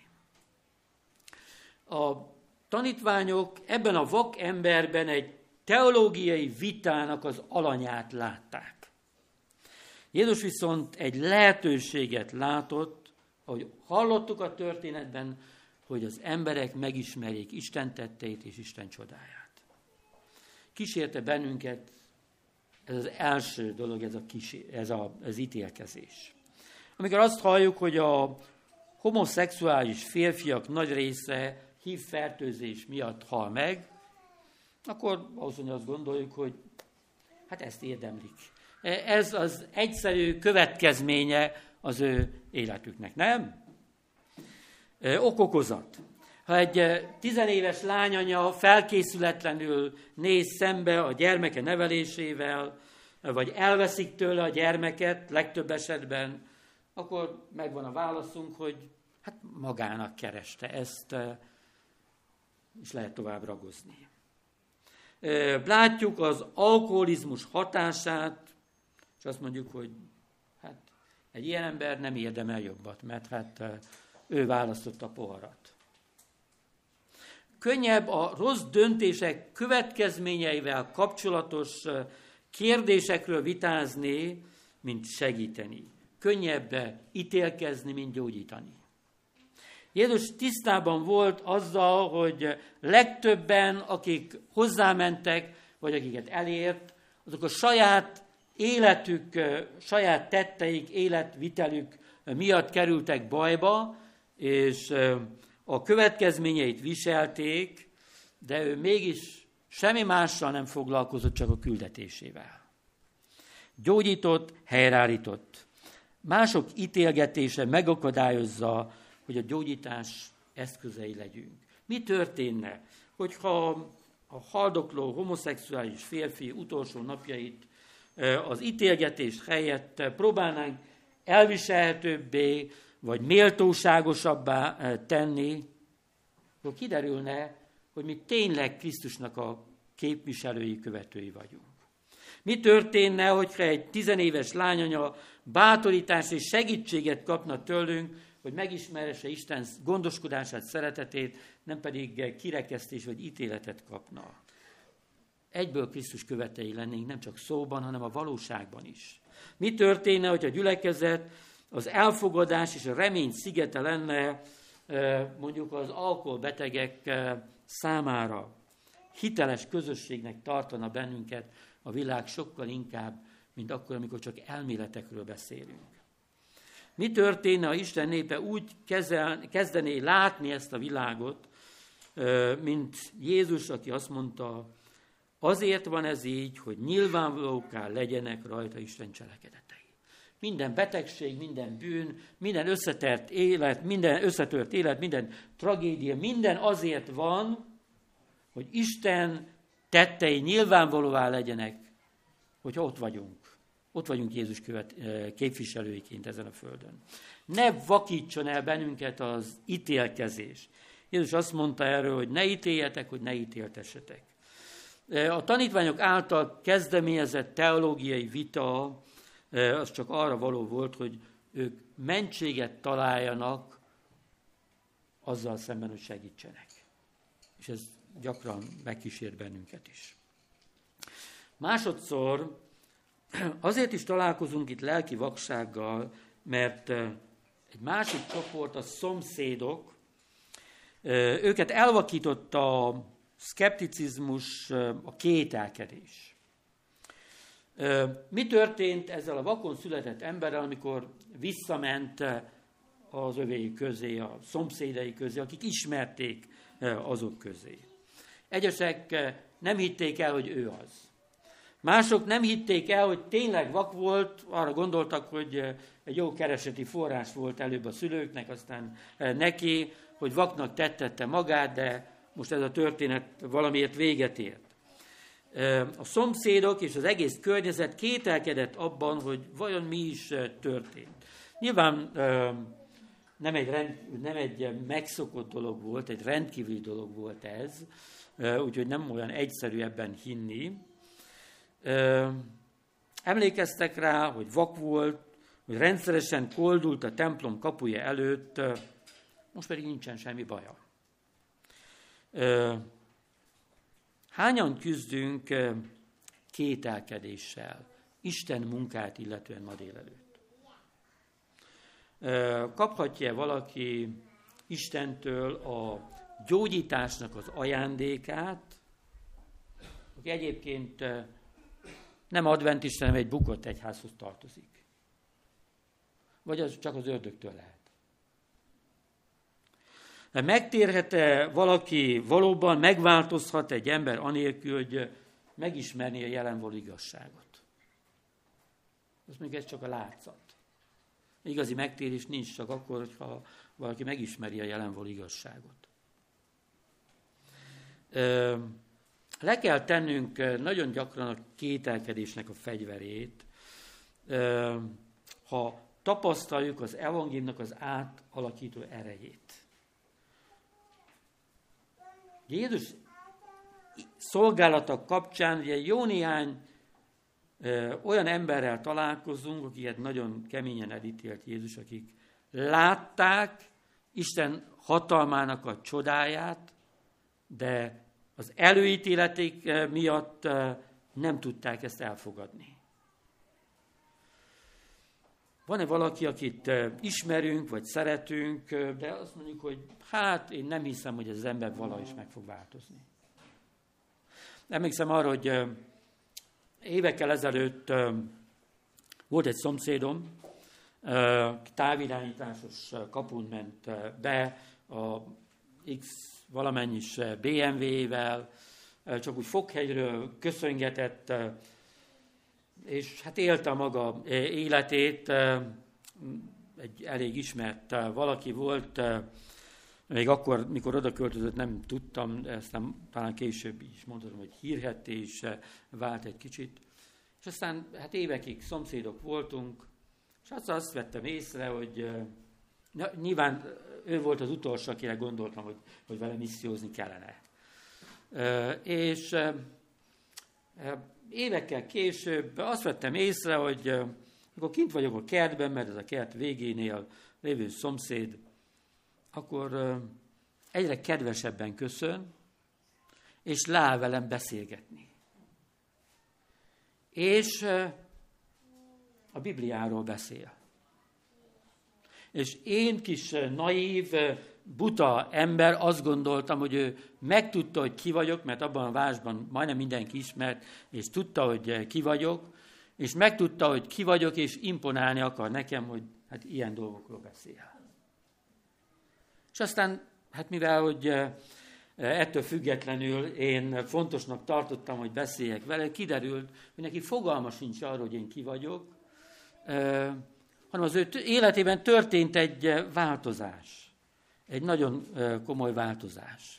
A tanítványok ebben a vak emberben egy teológiai vitának az alanyát látták. Jézus viszont egy lehetőséget látott, ahogy hallottuk a történetben, hogy az emberek megismerjék Isten tetteit és Isten csodáját. Kísérte bennünket ez az első dolog, ez, a kísér, ez a, az ítélkezés. Amikor azt halljuk, hogy a homoszexuális férfiak nagy része há i vé-fertőzés miatt hal meg, akkor valószínűleg azt gondoljuk, hogy hát ezt érdemlik. Ez az egyszerű következménye az ő életüknek, nem? Okokozat. Ha egy tizenéves lányanya felkészületlenül néz szembe a gyermeke nevelésével, vagy elveszik tőle a gyermeket legtöbb esetben, akkor megvan a válaszunk, hogy hát magának kereste ezt, és lehet tovább ragozni. Látjuk az alkoholizmus hatását, és azt mondjuk, hogy hát egy ilyen ember nem érdemel jobbat, mert hát ő választotta a poharat. Könnyebb a rossz döntések következményeivel kapcsolatos kérdésekről vitázni, mint segíteni. Könnyebb ítélkezni, mint gyógyítani. Jézus tisztában volt azzal, hogy legtöbben, akik hozzámentek, vagy akiket elért, azok a saját életük, saját tetteik, életvitelük miatt kerültek bajba, és a következményeit viselték, de ő mégis semmi mással nem foglalkozott, csak a küldetésével. Gyógyított, helyreállított. Mások ítélgetése megakadályozza, hogy a gyógyítás eszközei legyünk. Mi történne, hogyha a haldokló homoszexuális férfi utolsó napjait az ítélgetés helyett próbálnánk elviselhetőbbé, vagy méltóságosabbá tenni, akkor kiderülne, hogy mi tényleg Krisztusnak a képviselői, követői vagyunk. Mi történne, hogyha egy tizenéves lányanya bátorítást és segítséget kapna tőlünk, hogy megismeresse Isten gondoskodását, szeretetét, nem pedig kirekesztés vagy ítéletet kapna. Egyből Krisztus követői lennénk, nem csak szóban, hanem a valóságban is. Mi történne, hogy a gyülekezet az elfogadás és a remény szigete lenne mondjuk az alkoholbetegek számára? Hiteles közösségnek tartana bennünket a világ sokkal inkább, mint akkor, amikor csak elméletekről beszélünk. Mi történne, ha Isten népe úgy kezel, kezdené látni ezt a világot, mint Jézus, aki azt mondta, Azért van ez így, hogy nyilvánvalóká legyenek rajta Isten cselekedetei. Minden betegség, minden bűn, minden összetört élet, minden összetört élet, minden tragédia, minden azért van, hogy Isten tettei nyilvánvalóvá legyenek, hogy ott vagyunk. Ott vagyunk Jézus követ, képviselőiként ezen a földön. Ne vakítson el bennünket az ítélkezés. Jézus azt mondta erről, hogy ne ítéljetek, hogy ne ítéltessetek. A tanítványok által kezdeményezett teológiai vita az csak arra való volt, hogy ők mentséget találjanak azzal szemben, hogy segítsenek. És ez gyakran megkísér bennünket is. Másodszor azért is találkozunk itt lelki vaksággal, mert egy másik csoport, a szomszédok, őket elvakította a szkepticizmus, a kételkedés. Mi történt ezzel a vakon született emberrel, amikor visszament az övéi közé, a szomszédai közé, akik ismerték azok közé? Egyesek nem hitték el, hogy ő az. Mások nem hitték el, hogy tényleg vak volt, arra gondoltak, hogy egy jó kereseti forrás volt előbb a szülőknek, aztán neki, hogy vaknak tettette magát, de most ez a történet valamiért véget ért. A szomszédok és az egész környezet kételkedett abban, hogy vajon mi is történt. Nyilván nem egy, rend, nem egy megszokott dolog volt, egy rendkívüli dolog volt ez, úgyhogy nem olyan egyszerű ebben hinni. Emlékeztek rá, hogy vak volt, hogy rendszeresen koldult a templom kapuja előtt, most pedig nincsen semmi baja. Hányan küzdünk kételkedéssel, Isten munkát illetően ma délelőtt? Kaphatja valaki Istentől a gyógyításnak az ajándékát, aki egyébként nem adventista, hanem egy bukott egyházhoz tartozik? Vagy az csak az ördögtől lehet? Megtérhet-e valaki, valóban megváltozhat egy ember anélkül, hogy megismerni a jelenvaló igazságot? Azt mondjuk, ez csak a látszat. Igazi megtérés nincs csak akkor, hogyha valaki megismeri a jelenvaló igazságot. Le kell tennünk nagyon gyakran a kételkedésnek a fegyverét, ha tapasztaljuk az evangéliumnak az átalakító erejét. Jézus szolgálatok kapcsán ugye jó néhány ö, olyan emberrel találkozunk, akiket nagyon keményen elítélt Jézus, akik látták Isten hatalmának a csodáját, de az előítéleték miatt ö, nem tudták ezt elfogadni. Van-e valaki, akit ismerünk, vagy szeretünk, de azt mondjuk, hogy hát én nem hiszem, hogy ez az ember valahogy is meg fog változni. Emlékszem arra, hogy évekkel ezelőtt volt egy szomszédom, távirányításos kapun ment be a X valamennyis bé em vé-vel, csak úgy Fokhegyről köszöngetett, és hát élte a maga életét, egy elég ismert valaki volt, még akkor, mikor oda költözött, nem tudtam, aztán talán később is mondhatom, hogy hírhetté is vált egy kicsit. És aztán hát évekig szomszédok voltunk, és azt, azt vettem észre, hogy na, nyilván ő volt az utolsó, akire gondoltam, hogy, hogy vele missziózni kellene. És évekkel később azt vettem észre, hogy amikor kint vagyok a kertben, mert ez a kert végénél lévő szomszéd, akkor egyre kedvesebben köszön, és leáll velem beszélgetni. És a Bibliáról beszél. És én kis naív, buta ember azt gondoltam, hogy ő megtudta, hogy ki vagyok, mert abban a városban majdnem mindenki ismert, és tudta, hogy ki vagyok, és megtudta, hogy ki vagyok, és imponálni akar nekem, hogy hát ilyen dolgokról beszél. És aztán, hát mivel, hogy ettől függetlenül én fontosnak tartottam, hogy beszéljek vele. Kiderült, hogy neki fogalma sincs arról, hogy én ki vagyok, hanem az ő életében történt egy változás. Egy nagyon komoly változás.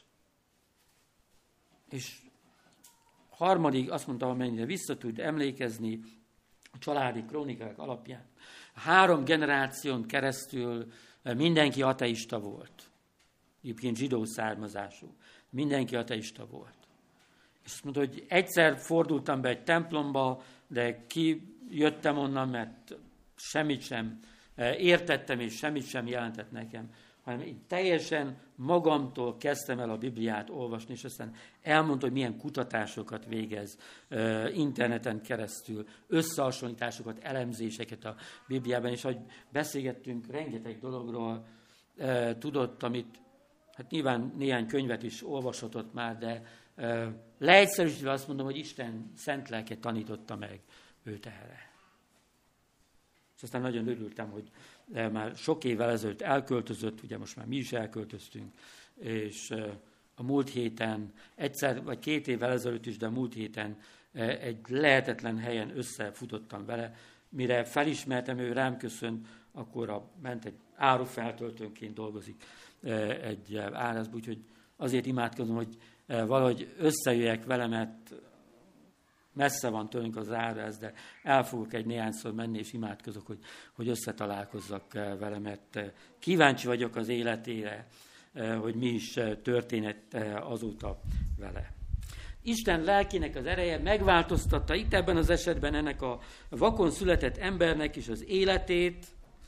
És harmadik, azt mondta, amennyire vissza tud emlékezni a családi krónikák alapján. Három generáción keresztül mindenki ateista volt. Egyébként zsidó származású. Mindenki ateista volt. És azt mondta, hogy egyszer fordultam be egy templomba, de kijöttem onnan, mert semmit sem értettem, és semmit sem jelentett nekem, hanem én teljesen magamtól kezdtem el a Bibliát olvasni, és aztán elmondta, hogy milyen kutatásokat végez interneten keresztül, összehasonlításokat, elemzéseket a Bibliában, és ahogy beszélgettünk rengeteg dologról, tudott, amit, hát nyilván néhány könyvet is olvashatott már, de leegyszerűsítve azt mondom, hogy Isten szent lelke tanította meg őt erre. És aztán nagyon örültem, hogy már sok évvel ezelőtt elköltözött, ugye most már mi is elköltöztünk, és a múlt héten, egyszer vagy két évvel ezelőtt is, de a múlt héten egy lehetetlen helyen összefutottam vele. Mire felismertem, ő rám köszönt, akkor a, ment egy árufeltöltőnként dolgozik egy árazba, úgyhogy azért imádkozom, hogy valahogy összejöjjek vele, mert messze van tőlünk az áruház, de el fogok egy néhányszor menni, és imádkozok, hogy, hogy összetalálkozzak vele, mert kíváncsi vagyok az életére, hogy mi is történett azóta vele. Isten lelkének az ereje megváltoztatta itt ebben az esetben ennek a vakon született embernek is az életét,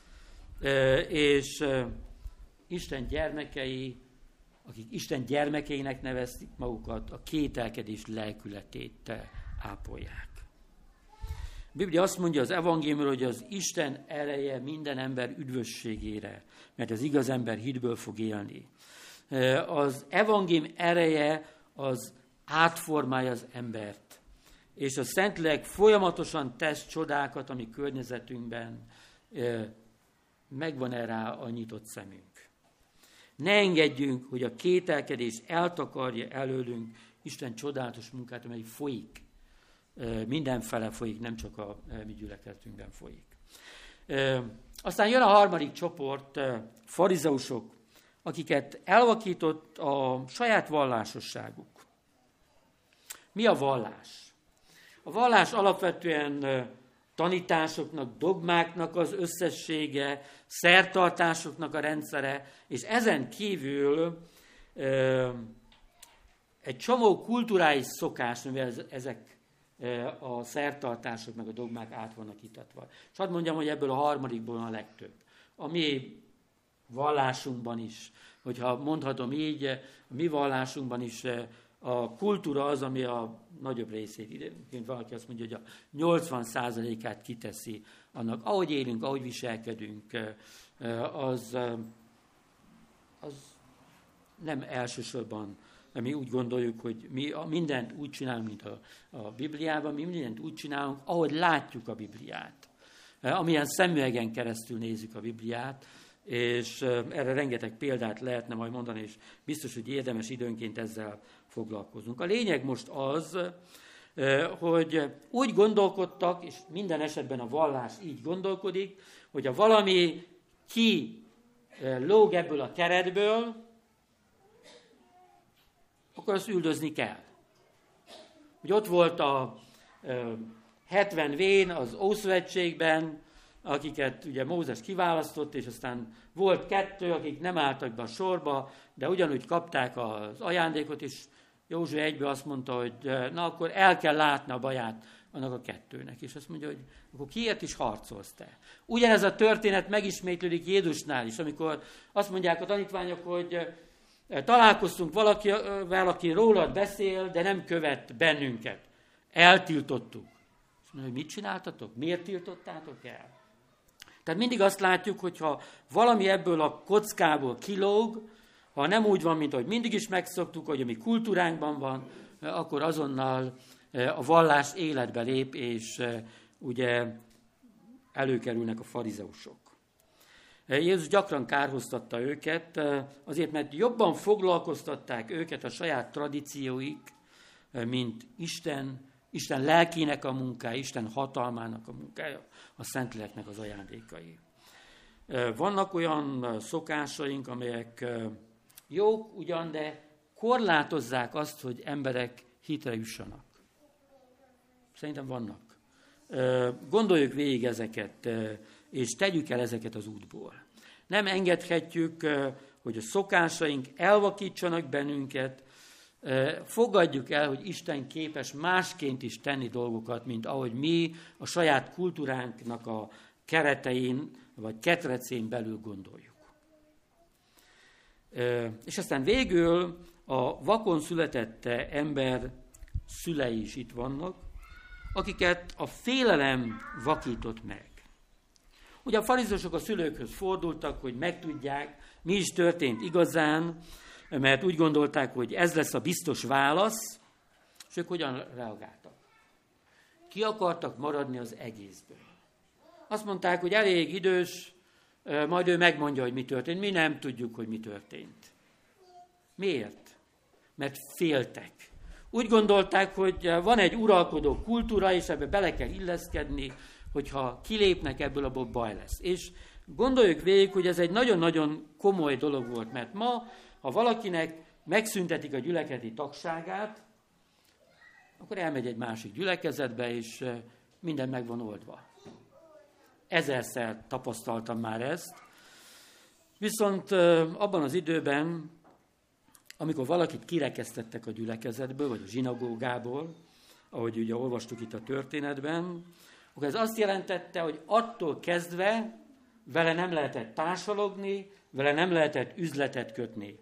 és Isten gyermekei, akik Isten gyermekeinek nevezték magukat, a kételkedés lelkületét ápolják. A Biblia azt mondja az evangéliumról, hogy az Isten ereje minden ember üdvösségére, mert az igaz ember hitből fog élni. Az evangélium ereje az átformálja az embert, és a Szentlélek folyamatosan tesz csodákat a mi környezetünkben, megvan erre a nyitott szemünk. Ne engedjünk, hogy a kételkedés eltakarja előlünk Isten csodálatos munkát, amely folyik. Mindenfele folyik, nem csak a mi gyülekezetünkben folyik. Aztán jön a harmadik csoport, farizeusok, akiket elvakított a saját vallásosságuk. Mi a vallás? A vallás alapvetően tanításoknak, dogmáknak az összessége, szertartásoknak a rendszere, és ezen kívül egy csomó kulturális szokás, mivel ezek a szertartások meg a dogmák át vannak itatva. És hadd mondjam, hogy ebből a harmadikból a legtöbb. A mi vallásunkban is, hogyha mondhatom így, a mi vallásunkban is a kultúra az, ami a nagyobb részét, időnként valaki azt mondja, hogy a nyolcvan százalékát kiteszi annak, ahogy élünk, ahogy viselkedünk, az, az nem elsősorban, mi úgy gondoljuk, hogy mi mindent úgy csinálunk, mint a, a Bibliában, mi mindent úgy csinálunk, ahogy látjuk a Bibliát. Amilyen szemüvegen keresztül nézzük a Bibliát, és erre rengeteg példát lehetne majd mondani, és biztos, hogy érdemes időnként ezzel foglalkozunk. A lényeg most az, hogy úgy gondolkodtak, és minden esetben a vallás így gondolkodik, hogy ha valami ki lóg ebből a keretből, akkor azt üldözni kell. Hogy ott volt a hetven vén az Ószövetségben, akiket ugye Mózes kiválasztott, és aztán volt kettő, akik nem álltak be a sorba, de ugyanúgy kapták az ajándékot, és Józsué egyből azt mondta, hogy na akkor el kell látni a baját annak a kettőnek. És azt mondja, hogy akkor kiért is harcolsz te? Ugyanez a történet megismétlődik Jézusnál is, amikor azt mondják a tanítványok, hogy találkoztunk valakivel, aki rólad beszél, de nem követ bennünket. Eltiltottuk. Azt mondja, hogy mit csináltatok? Miért tiltottátok el? Tehát mindig azt látjuk, hogyha valami ebből a kockából kilóg, ha nem úgy van, mint ahogy mindig is megszoktuk, hogy a mi kultúránkban van, akkor azonnal a vallás életbe lép, és ugye előkerülnek a farizeusok. Jézus gyakran kárhoztatta őket, azért, mert jobban foglalkoztatták őket a saját tradícióik, mint Isten, Isten lelkének a munkája, Isten hatalmának a munkája, a Szentléleknek az ajándékai. Vannak olyan szokásaink, amelyek jók ugyan, de korlátozzák azt, hogy emberek hitre jussanak. Szerintem vannak. Gondoljuk végig ezeket, és tegyük el ezeket az útból. Nem engedhetjük, hogy a szokásaink elvakítsanak bennünket, fogadjuk el, hogy Isten képes másként is tenni dolgokat, mint ahogy mi a saját kultúránknak a keretein, vagy ketrecén belül gondoljuk. És aztán végül a vakon született ember szülei is itt vannak, akiket a félelem vakított meg. Ugye a farizeusok a szülőkhöz fordultak, hogy megtudják, mi is történt igazán, mert úgy gondolták, hogy ez lesz a biztos válasz, és ők hogyan reagáltak? Ki akartak maradni az egészből. Azt mondták, hogy elég idős, majd ő megmondja, hogy mi történt. Mi nem tudjuk, hogy mi történt. Miért? Mert féltek. Úgy gondolták, hogy van egy uralkodó kultúra, és ebbe bele kell illeszkedni, hogyha kilépnek ebből, abból baj lesz. És gondoljuk végig, hogy ez egy nagyon-nagyon komoly dolog volt, mert ma, ha valakinek megszüntetik a gyülekezeti tagságát, akkor elmegy egy másik gyülekezetbe, és minden meg van oldva. Ezerszer tapasztaltam már ezt. Viszont abban az időben, amikor valakit kirekesztettek a gyülekezetből, vagy a zsinagógából, ahogy ugye olvastuk itt a történetben, akkor ez azt jelentette, hogy attól kezdve vele nem lehetett társalogni, vele nem lehetett üzletet kötni.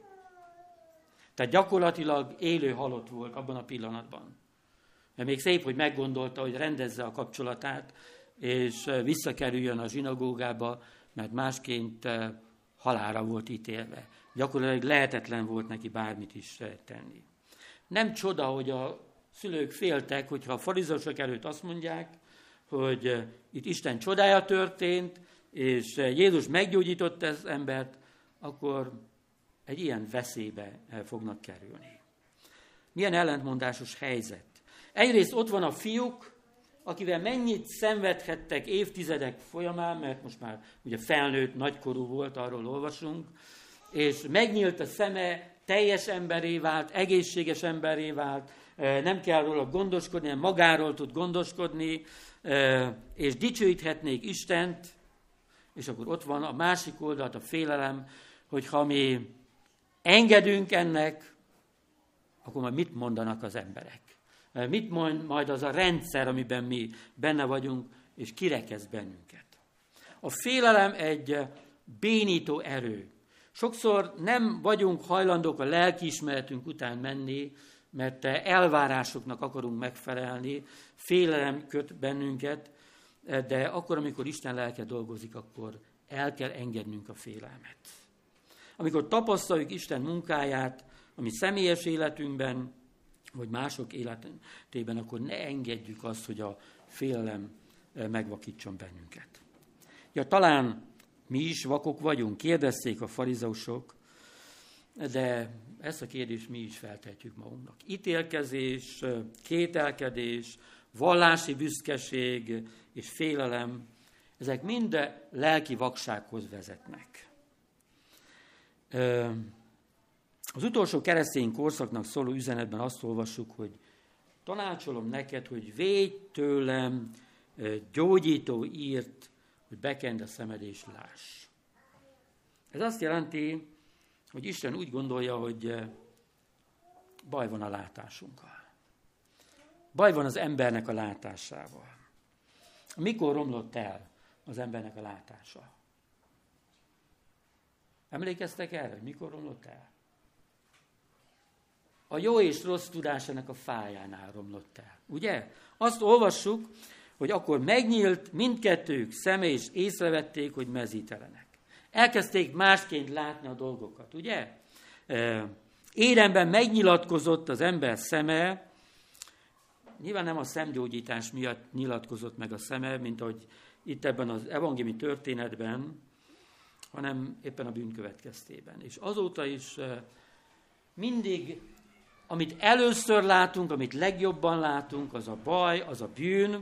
Tehát gyakorlatilag élő halott volt abban a pillanatban. Mert még szép, hogy meggondolta, hogy rendezze a kapcsolatát, és visszakerüljön a zsinagógába, mert másként halálra volt ítélve. Gyakorlatilag lehetetlen volt neki bármit is tenni. Nem csoda, hogy a szülők féltek, hogyha a farizeusok előtt azt mondják, hogy itt Isten csodája történt, és Jézus meggyógyította az embert, akkor egy ilyen veszélybe fognak kerülni. Milyen ellentmondásos helyzet. Egyrészt ott van a fiúk, akivel mennyit szenvedhettek évtizedek folyamán, mert most már ugye felnőtt, nagykorú volt, arról olvasunk, és megnyílt a szeme, teljes emberé vált, egészséges emberé vált, nem kell róla gondoskodni, hanem magáról tud gondoskodni, és dicsőíthetnék Istent, és akkor ott van a másik oldalt, a félelem, hogy ha mi engedünk ennek, akkor majd mit mondanak az emberek? Mit mond majd az a rendszer, amiben mi benne vagyunk, és kirekeszt bennünket? A félelem egy bénító erő. Sokszor nem vagyunk hajlandók a lelkiismeretünk után menni, mert elvárásoknak akarunk megfelelni, félelem köt bennünket, de akkor, amikor Isten lelke dolgozik, akkor el kell engednünk a félelmet. Amikor tapasztaljuk Isten munkáját, a mi személyes életünkben, vagy mások életében, akkor ne engedjük azt, hogy a félelem megvakítson bennünket. Ja, talán mi is vakok vagyunk, kérdezték a farizeusok, de ezt a kérdést mi is feltehetjük magunknak. Ítélkezés, kételkedés, vallási büszkeség és félelem, ezek mind lelki vaksághoz vezetnek. Az utolsó keresztény korszaknak szóló üzenetben azt olvassuk, hogy tanácsolom neked, hogy védj tőlem gyógyító írt, hogy bekend a szemed és láss. Ez azt jelenti, hogy Isten úgy gondolja, hogy baj van a látásunkkal. Baj van az embernek a látásával. Mikor romlott el az embernek a látása? Emlékeztek erre, hogy mikor romlott el? A jó és rossz tudásának a fájánál romlott el. Ugye? Azt olvassuk, hogy akkor megnyílt mindkettőjük szeme, és észrevették, hogy mezítelenek. Elkezdték másként látni a dolgokat, ugye? Éremben megnyilatkozott az ember szeme, nyilván nem a szemgyógyítás miatt nyilatkozott meg a szeme, mint ahogy itt ebben az evangéliumi történetben, hanem éppen a bűn következtében. És azóta is mindig, amit először látunk, amit legjobban látunk, az a baj, az a bűn.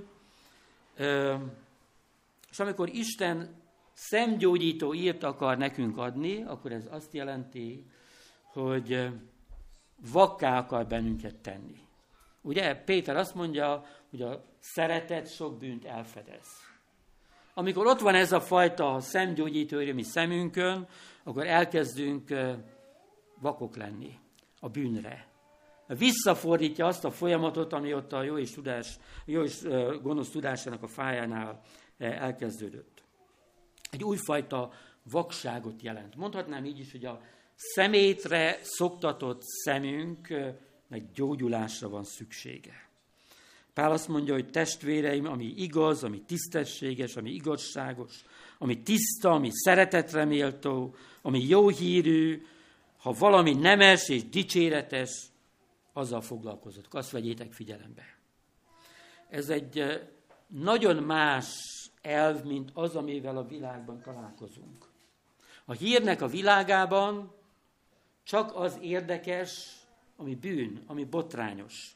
És amikor Isten szemgyógyító írt akar nekünk adni, akkor ez azt jelenti, hogy vakká akar bennünket tenni. Ugye Péter azt mondja, hogy a szeretet sok bűnt elfedez. Amikor ott van ez a fajta szemgyógyító ír a mi szemünkön, akkor elkezdünk vakok lenni a bűnre. Visszafordítja azt a folyamatot, ami ott a jó és, tudás, jó és gonosz tudásának a fájánál elkezdődött. Egy újfajta vakságot jelent. Mondhatnám így is, hogy a szemétre szoktatott szemünknek gyógyulásra van szüksége. Pál azt mondja, hogy testvéreim, ami igaz, ami tisztességes, ami igazságos, ami tiszta, ami szeretetre méltó, ami jó hírű, ha valami nemes és dicséretes, azzal foglalkozatok. Azt vegyétek figyelembe. Ez egy nagyon más elv, mint az, amivel a világban találkozunk. A hírnek a világában csak az érdekes, ami bűn, ami botrányos.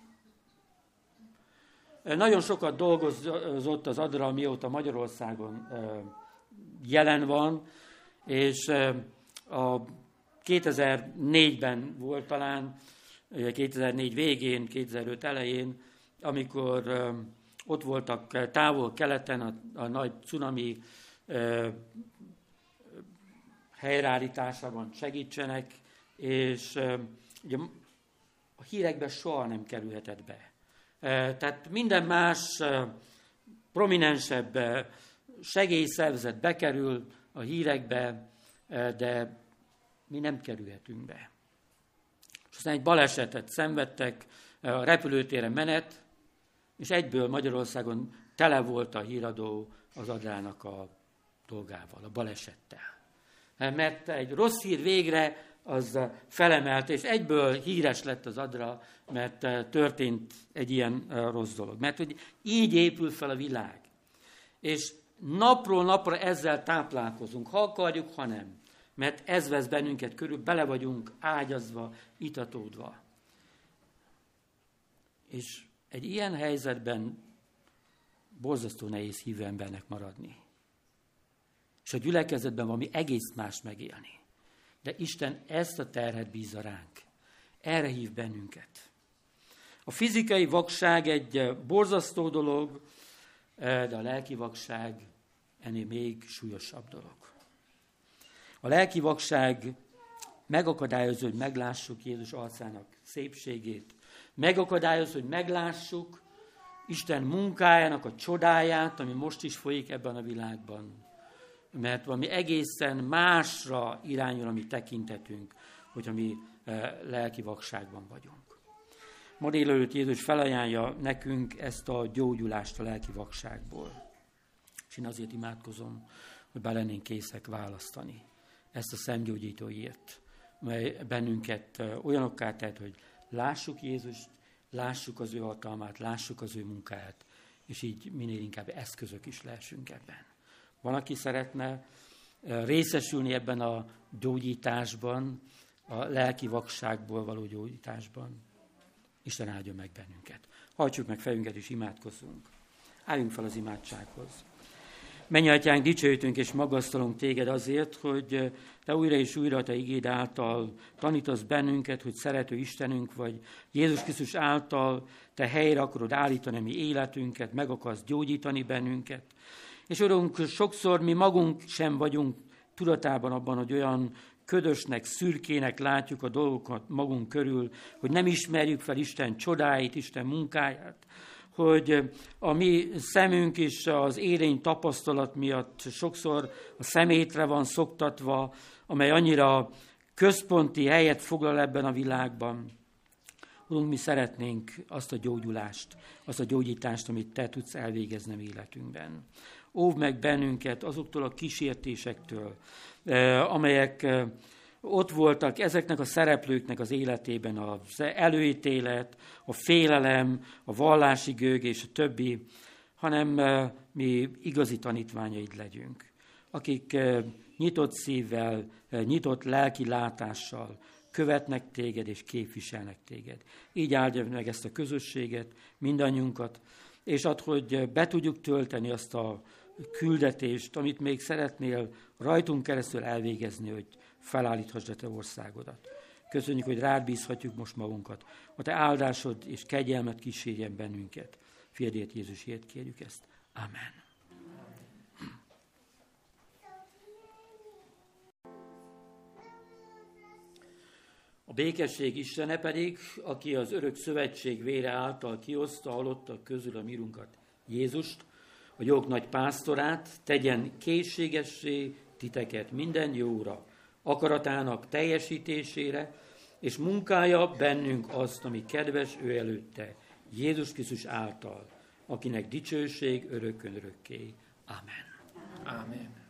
Nagyon sokat dolgozott az Adra, mióta Magyarországon jelen van, és a kétezer-négyben volt talán, kétezer-négy végén, kétezer-öt elején, amikor ott voltak távol-keleten a, a nagy cunami helyreállításában segítsenek, és ugye a hírekbe soha nem kerülhetett be. Tehát minden más prominensebb segélyszervezet bekerül a hírekbe, de mi nem kerülhetünk be. És aztán egy balesetet szenvedtek, a repülőtéren menet, és egyből Magyarországon tele volt a híradó az Adrának a dolgával, a balesettel. Mert egy rossz hír végre az felemelt, és egyből híres lett az Adra, mert történt egy ilyen rossz dolog. Mert hogy így épül fel a világ. És napról napra ezzel táplálkozunk, ha akarjuk, ha nem. Mert ez vesz bennünket körül, bele vagyunk ágyazva, itatódva. És egy ilyen helyzetben borzasztó nehéz hívő embernek maradni. És a gyülekezetben valami egész más megélni. De Isten ezt a terhet bízza ránk. Erre hív bennünket. A fizikai vakság egy borzasztó dolog, de a lelki vakság ennél még súlyosabb dolog. A lelki vakság megakadályozza, hogy meglássuk Jézus arcának szépségét. Megakadályozza, hogy meglássuk Isten munkájának a csodáját, ami most is folyik ebben a világban. Mert valami egészen másra irányul a mi tekintetünk, hogyha mi lelki vakságban vagyunk. Ma délelőtt Jézus felajánlja nekünk ezt a gyógyulást a lelki vakságból. És én azért imádkozom, hogy be lennénk készek választani ezt a szemgyógyítóért, mely bennünket olyanokká tett, hogy lássuk Jézust, lássuk az ő hatalmát, lássuk az ő munkáját, és így minél inkább eszközök is lehessünk ebben. Van, aki szeretne részesülni ebben a gyógyításban, a lelki vakságból való gyógyításban. Isten áldjon meg bennünket. Hajtsuk meg fejünket és imádkozzunk. Álljunk fel az imádsághoz. Mennyei Atyánk, dicsőítünk és magasztalunk téged azért, hogy te újra és újra te igéd által tanítasz bennünket, hogy szerető Istenünk vagy. Jézus Krisztus által te helyre akarod állítani mi életünket, meg akarsz gyógyítani bennünket. És Urunk, sokszor mi magunk sem vagyunk tudatában abban, hogy olyan ködösnek, szürkének látjuk a dolgokat magunk körül, hogy nem ismerjük fel Isten csodáit, Isten munkáját, hogy a mi szemünk is az élény tapasztalat miatt sokszor a szemétre van szoktatva, amely annyira központi helyet foglal ebben a világban. Urunk, mi szeretnénk azt a gyógyulást, azt a gyógyítást, amit te tudsz elvégezni életünkben. Óvd meg bennünket azoktól a kísértésektől, amelyek ott voltak ezeknek a szereplőknek az életében, az előítélet, a félelem, a vallási gőg és a többi, hanem mi igazi tanítványaid legyünk, akik nyitott szívvel, nyitott lelki látással követnek téged és képviselnek téged. Így áldja meg ezt a közösséget, mindannyiunkat, és add, hogy be tudjuk tölteni azt a küldetést, amit még szeretnél rajtunk keresztül elvégezni, hogy felállíthasd a te országodat. Köszönjük, hogy rád bízhatjuk most magunkat. A te áldásod és kegyelmet kísérjen bennünket. Fiadért Jézusért kérjük ezt. Amen. A békesség Istene pedig, aki az örök szövetség vére által kioszta halottak közül a mirunkat, Jézust, a jog nagy pásztorát, tegyen készségessé titeket minden jóra, akaratának teljesítésére, és munkálja bennünk azt, ami kedves ő előtte, Jézus Krisztus által, akinek dicsőség örökkön örökké. Amen. Amen.